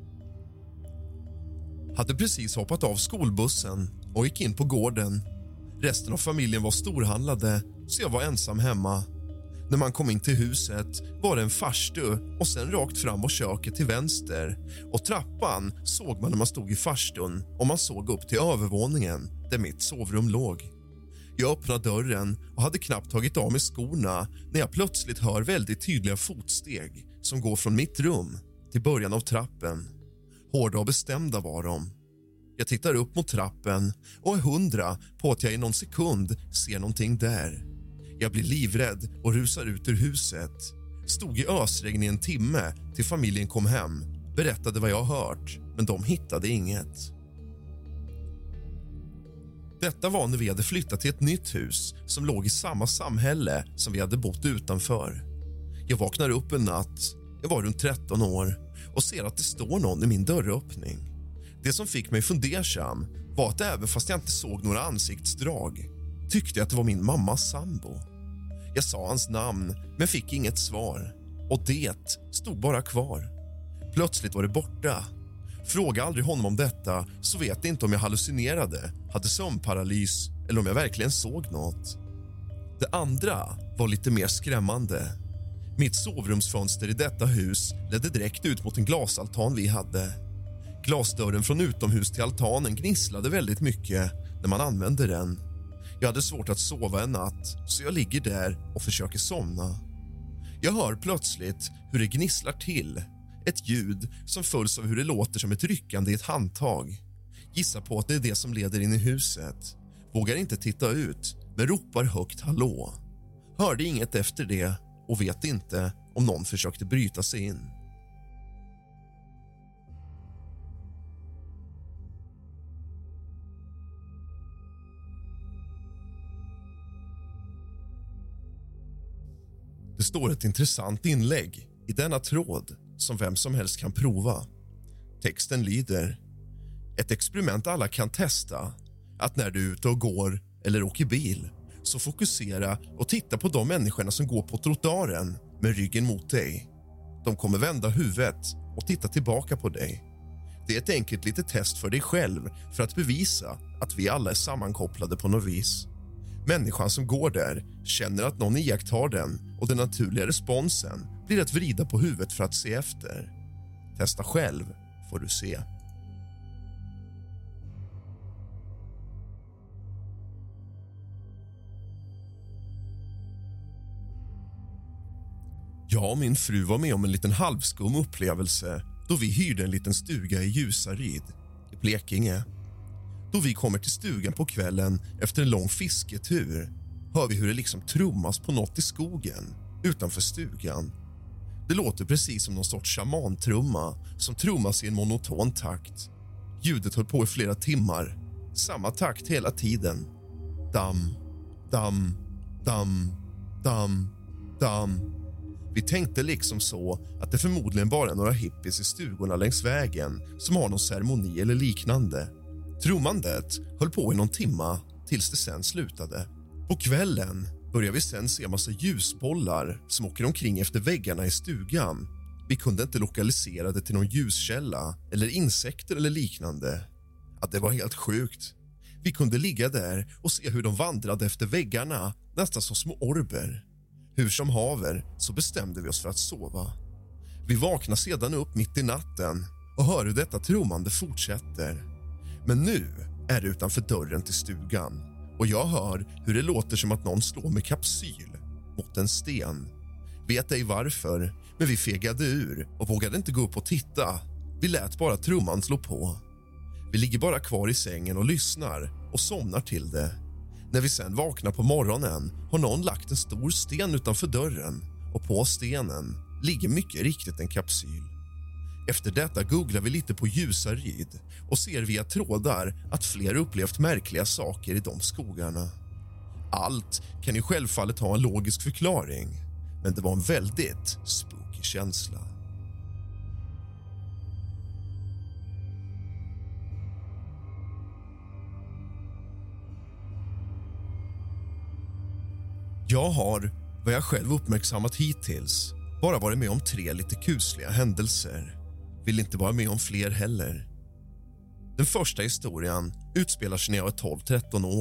Hade precis hoppat av skolbussen och gick in på gården. Resten av familjen var storhandlade, så jag var ensam hemma. När man kom in till huset var det en farstu och sen rakt fram var köket till vänster. Och trappan såg man när man stod i farstun och man såg upp till övervåningen där mitt sovrum låg. Jag öppnade dörren och hade knappt tagit av mig skorna när jag plötsligt hör väldigt tydliga fotsteg som går från mitt rum till början av trappen. Hårda och bestämda var de. Jag tittar upp mot trappen och är 100 på att jag i någon sekund ser någonting där. Jag blir livrädd och rusar ut ur huset. Stod i ösregn i en timme till familjen kom hem. Berättade vad jag hört, men de hittade inget. Detta var när vi hade flyttat till ett nytt hus som låg i samma samhälle som vi hade bott utanför. Jag vaknar upp en natt, jag var runt 13 år, och ser att det står någon i min dörröppning. Det som fick mig fundersam var att även fast jag inte såg några ansiktsdrag tyckte jag att det var min mammas sambo. Jag sa hans namn men fick inget svar, och det stod bara kvar. Plötsligt var det borta. Fråga aldrig honom om detta, så vet jag inte om jag hallucinerade, hade sömnparalys eller om jag verkligen såg något. Det andra var lite mer skrämmande. Mitt sovrumsfönster i detta hus ledde direkt ut mot en glasaltan vi hade. Glasdörren från utomhus till altanen gnisslade väldigt mycket när man använde den. Jag hade svårt att sova en natt, så jag ligger där och försöker somna. Jag hör plötsligt hur det gnisslar till. Ett ljud som följs av hur det låter som ett ryckande i ett handtag. Gissar på att det är det som leder in i huset. Vågar inte titta ut, men ropar högt hallå. Hörde inget efter det och vet inte om någon försökte bryta sig in. Det står ett intressant inlägg i denna tråd som vem som helst kan prova. Texten lyder: ett experiment alla kan testa. Att när du är ute och går eller åker bil, så fokusera och titta på de människorna som går på trottoaren med ryggen mot dig. De kommer vända huvudet och titta tillbaka på dig. Det är ett enkelt litet test för dig själv för att bevisa att vi alla är sammankopplade på något vis. Människan som går där känner att någon iakttar den, och den naturliga responsen blir att vrida på huvudet för att se efter. Testa själv får du se. Jag och min fru var med om en liten halvskum upplevelse då vi hyrde en liten stuga i Ljusaryd i Blekinge. Då vi kommer till stugan på kvällen efter en lång fisketur hör vi hur det liksom trummas på något i skogen utanför stugan. Det låter precis som någon sorts shamantrumma som trummas i en monoton takt. Ljudet höll på i flera timmar. Samma takt hela tiden. Damm, damm, damm, damm, damm. Vi tänkte liksom så att det förmodligen bara är några hippies i stugorna längs vägen som har någon ceremoni eller liknande. Trummandet höll på i någon timma tills det sen slutade. På kvällen började vi sen se massa ljusbollar som åker omkring efter väggarna i stugan. Vi kunde inte lokalisera det till någon ljuskälla eller insekter eller liknande. Att det var helt sjukt. Vi kunde ligga där och se hur de vandrade efter väggarna, nästan som små orber. Hur som haver så bestämde vi oss för att sova. Vi vaknar sedan upp mitt i natten och hör hur detta trummande fortsätter. Men nu är det utanför dörren till stugan och jag hör hur det låter som att någon slår med kapsyl mot en sten. Vet ej varför, men vi fegade ur och vågade inte gå upp och titta. Vi lät bara trumman slå på. Vi ligger bara kvar i sängen och lyssnar och somnar till det. När vi sen vaknar på morgonen har någon lagt en stor sten utanför dörren och på stenen ligger mycket riktigt en kapsyl. Efter detta googlar vi lite på Ljusaryd och ser via trådar att fler upplevt märkliga saker i de skogarna. Allt kan ju självfallet ha en logisk förklaring, men det var en väldigt spooky känsla. Jag har, vad jag själv uppmärksammat hittills, bara varit med om 3 lite kusliga händelser. Vill inte vara med om fler heller. Den första historien utspelar sig när jag är 12-13 år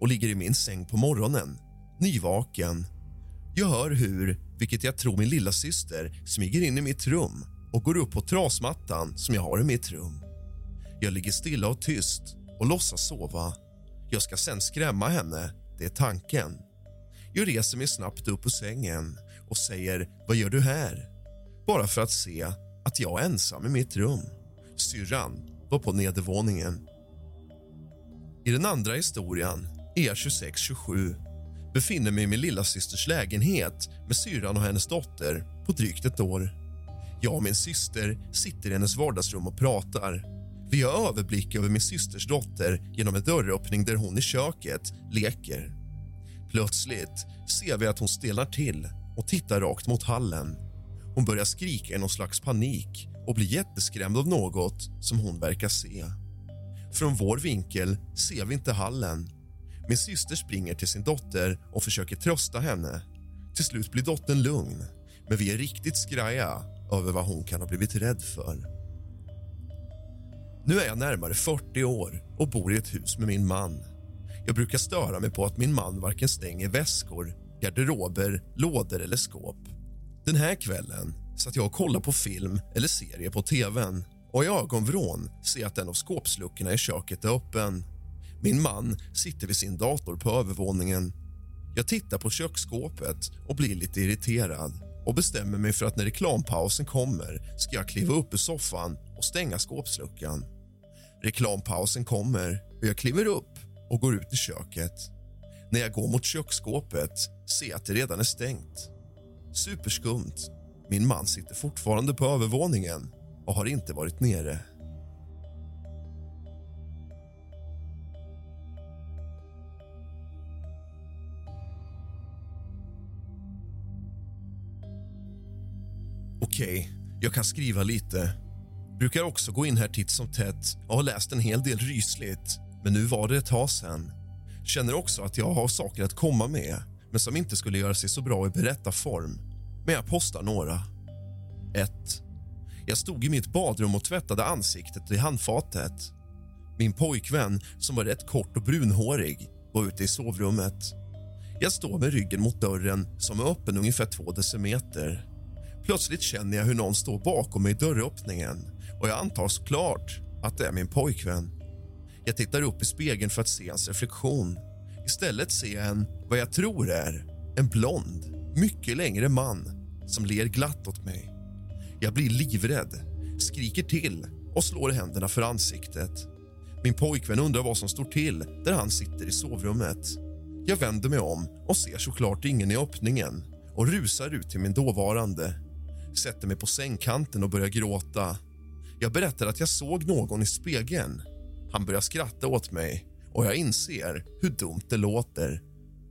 och ligger i min säng på morgonen, nyvaken. Jag hör hur, vilket jag tror min lilla syster, smyger in i mitt rum och går upp på trasmattan som jag har i mitt rum. Jag ligger stilla och tyst och låtsas sova. Jag ska sen skrämma henne, det är tanken. Jag reser mig snabbt upp ur sängen och säger, vad gör du här? Bara för att se att jag är ensam i mitt rum. Syrran var på nedervåningen. I den andra historien är jag 26-27. Befinner mig i min lilla systers lägenhet med syrran och hennes dotter på drygt ett år. Jag och min syster sitter i hennes vardagsrum och pratar. Vi har överblick över min systers dotter genom en dörröppning där hon i köket leker. Plötsligt ser vi att hon stelnar till och tittar rakt mot hallen. Hon börjar skrika i någon slags panik och blir jätteskrämd av något som hon verkar se. Från vår vinkel ser vi inte hallen. Min syster springer till sin dotter och försöker trösta henne. Till slut blir dottern lugn, men vi är riktigt skraja över vad hon kan ha blivit rädd för. Nu är jag närmare 40 år och bor i ett hus med min man. Jag brukar störa mig på att min man varken stänger väskor, garderober, lådor eller skåp. Den här kvällen satt jag och kollade på film eller serie på tvn och i ögonvrån ser att en av skåpsluckorna i köket är öppen. Min man sitter vid sin dator på övervåningen. Jag tittar på köksskåpet och blir lite irriterad och bestämmer mig för att när reklampausen kommer ska jag kliva upp ur soffan och stänga skåpsluckan. Reklampausen kommer och jag kliver upp och går ut i köket. När jag går mot köksskåpet ser jag att det redan är stängt. Superskumt. Min man sitter fortfarande på övervåningen och har inte varit nere. Okej, jag kan skriva lite. Brukar också gå in här titt som tätt och har läst en hel del rysligt. Men nu var det ett tag sedan. Känner också att jag har saker att komma med, men som inte skulle göra sig så bra i berättarform. Men jag postar några. 1. Jag stod i mitt badrum och tvättade ansiktet i handfatet. Min pojkvän, som var rätt kort och brunhårig, var ute i sovrummet. Jag står med ryggen mot dörren som är öppen ungefär 2 decimeter. Plötsligt känner jag hur någon står bakom mig i dörröppningen och jag antar såklart att det är min pojkvän. Jag tittar upp i spegeln för att se hans reflektion. Istället ser jag vad jag tror är en blond, mycket längre man som ler glatt åt mig. Jag blir livrädd, skriker till och slår händerna för ansiktet. Min pojkvän undrar vad som står till där han sitter i sovrummet. Jag vänder mig om och ser såklart ingen i öppningen och rusar ut till min dåvarande. Sätter mig på sängkanten och börjar gråta. Jag berättar att jag såg någon i spegeln. Han börjar skratta åt mig och jag inser hur dumt det låter.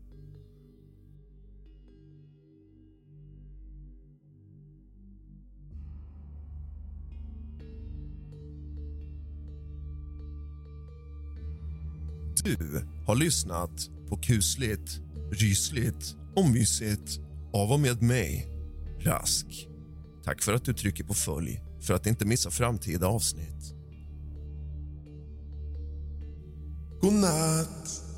Du har lyssnat på Kusligt, Rysligt och Mysigt av och med mig, Rask. Tack för att du trycker på följ för att inte missa framtida avsnitt. God natt.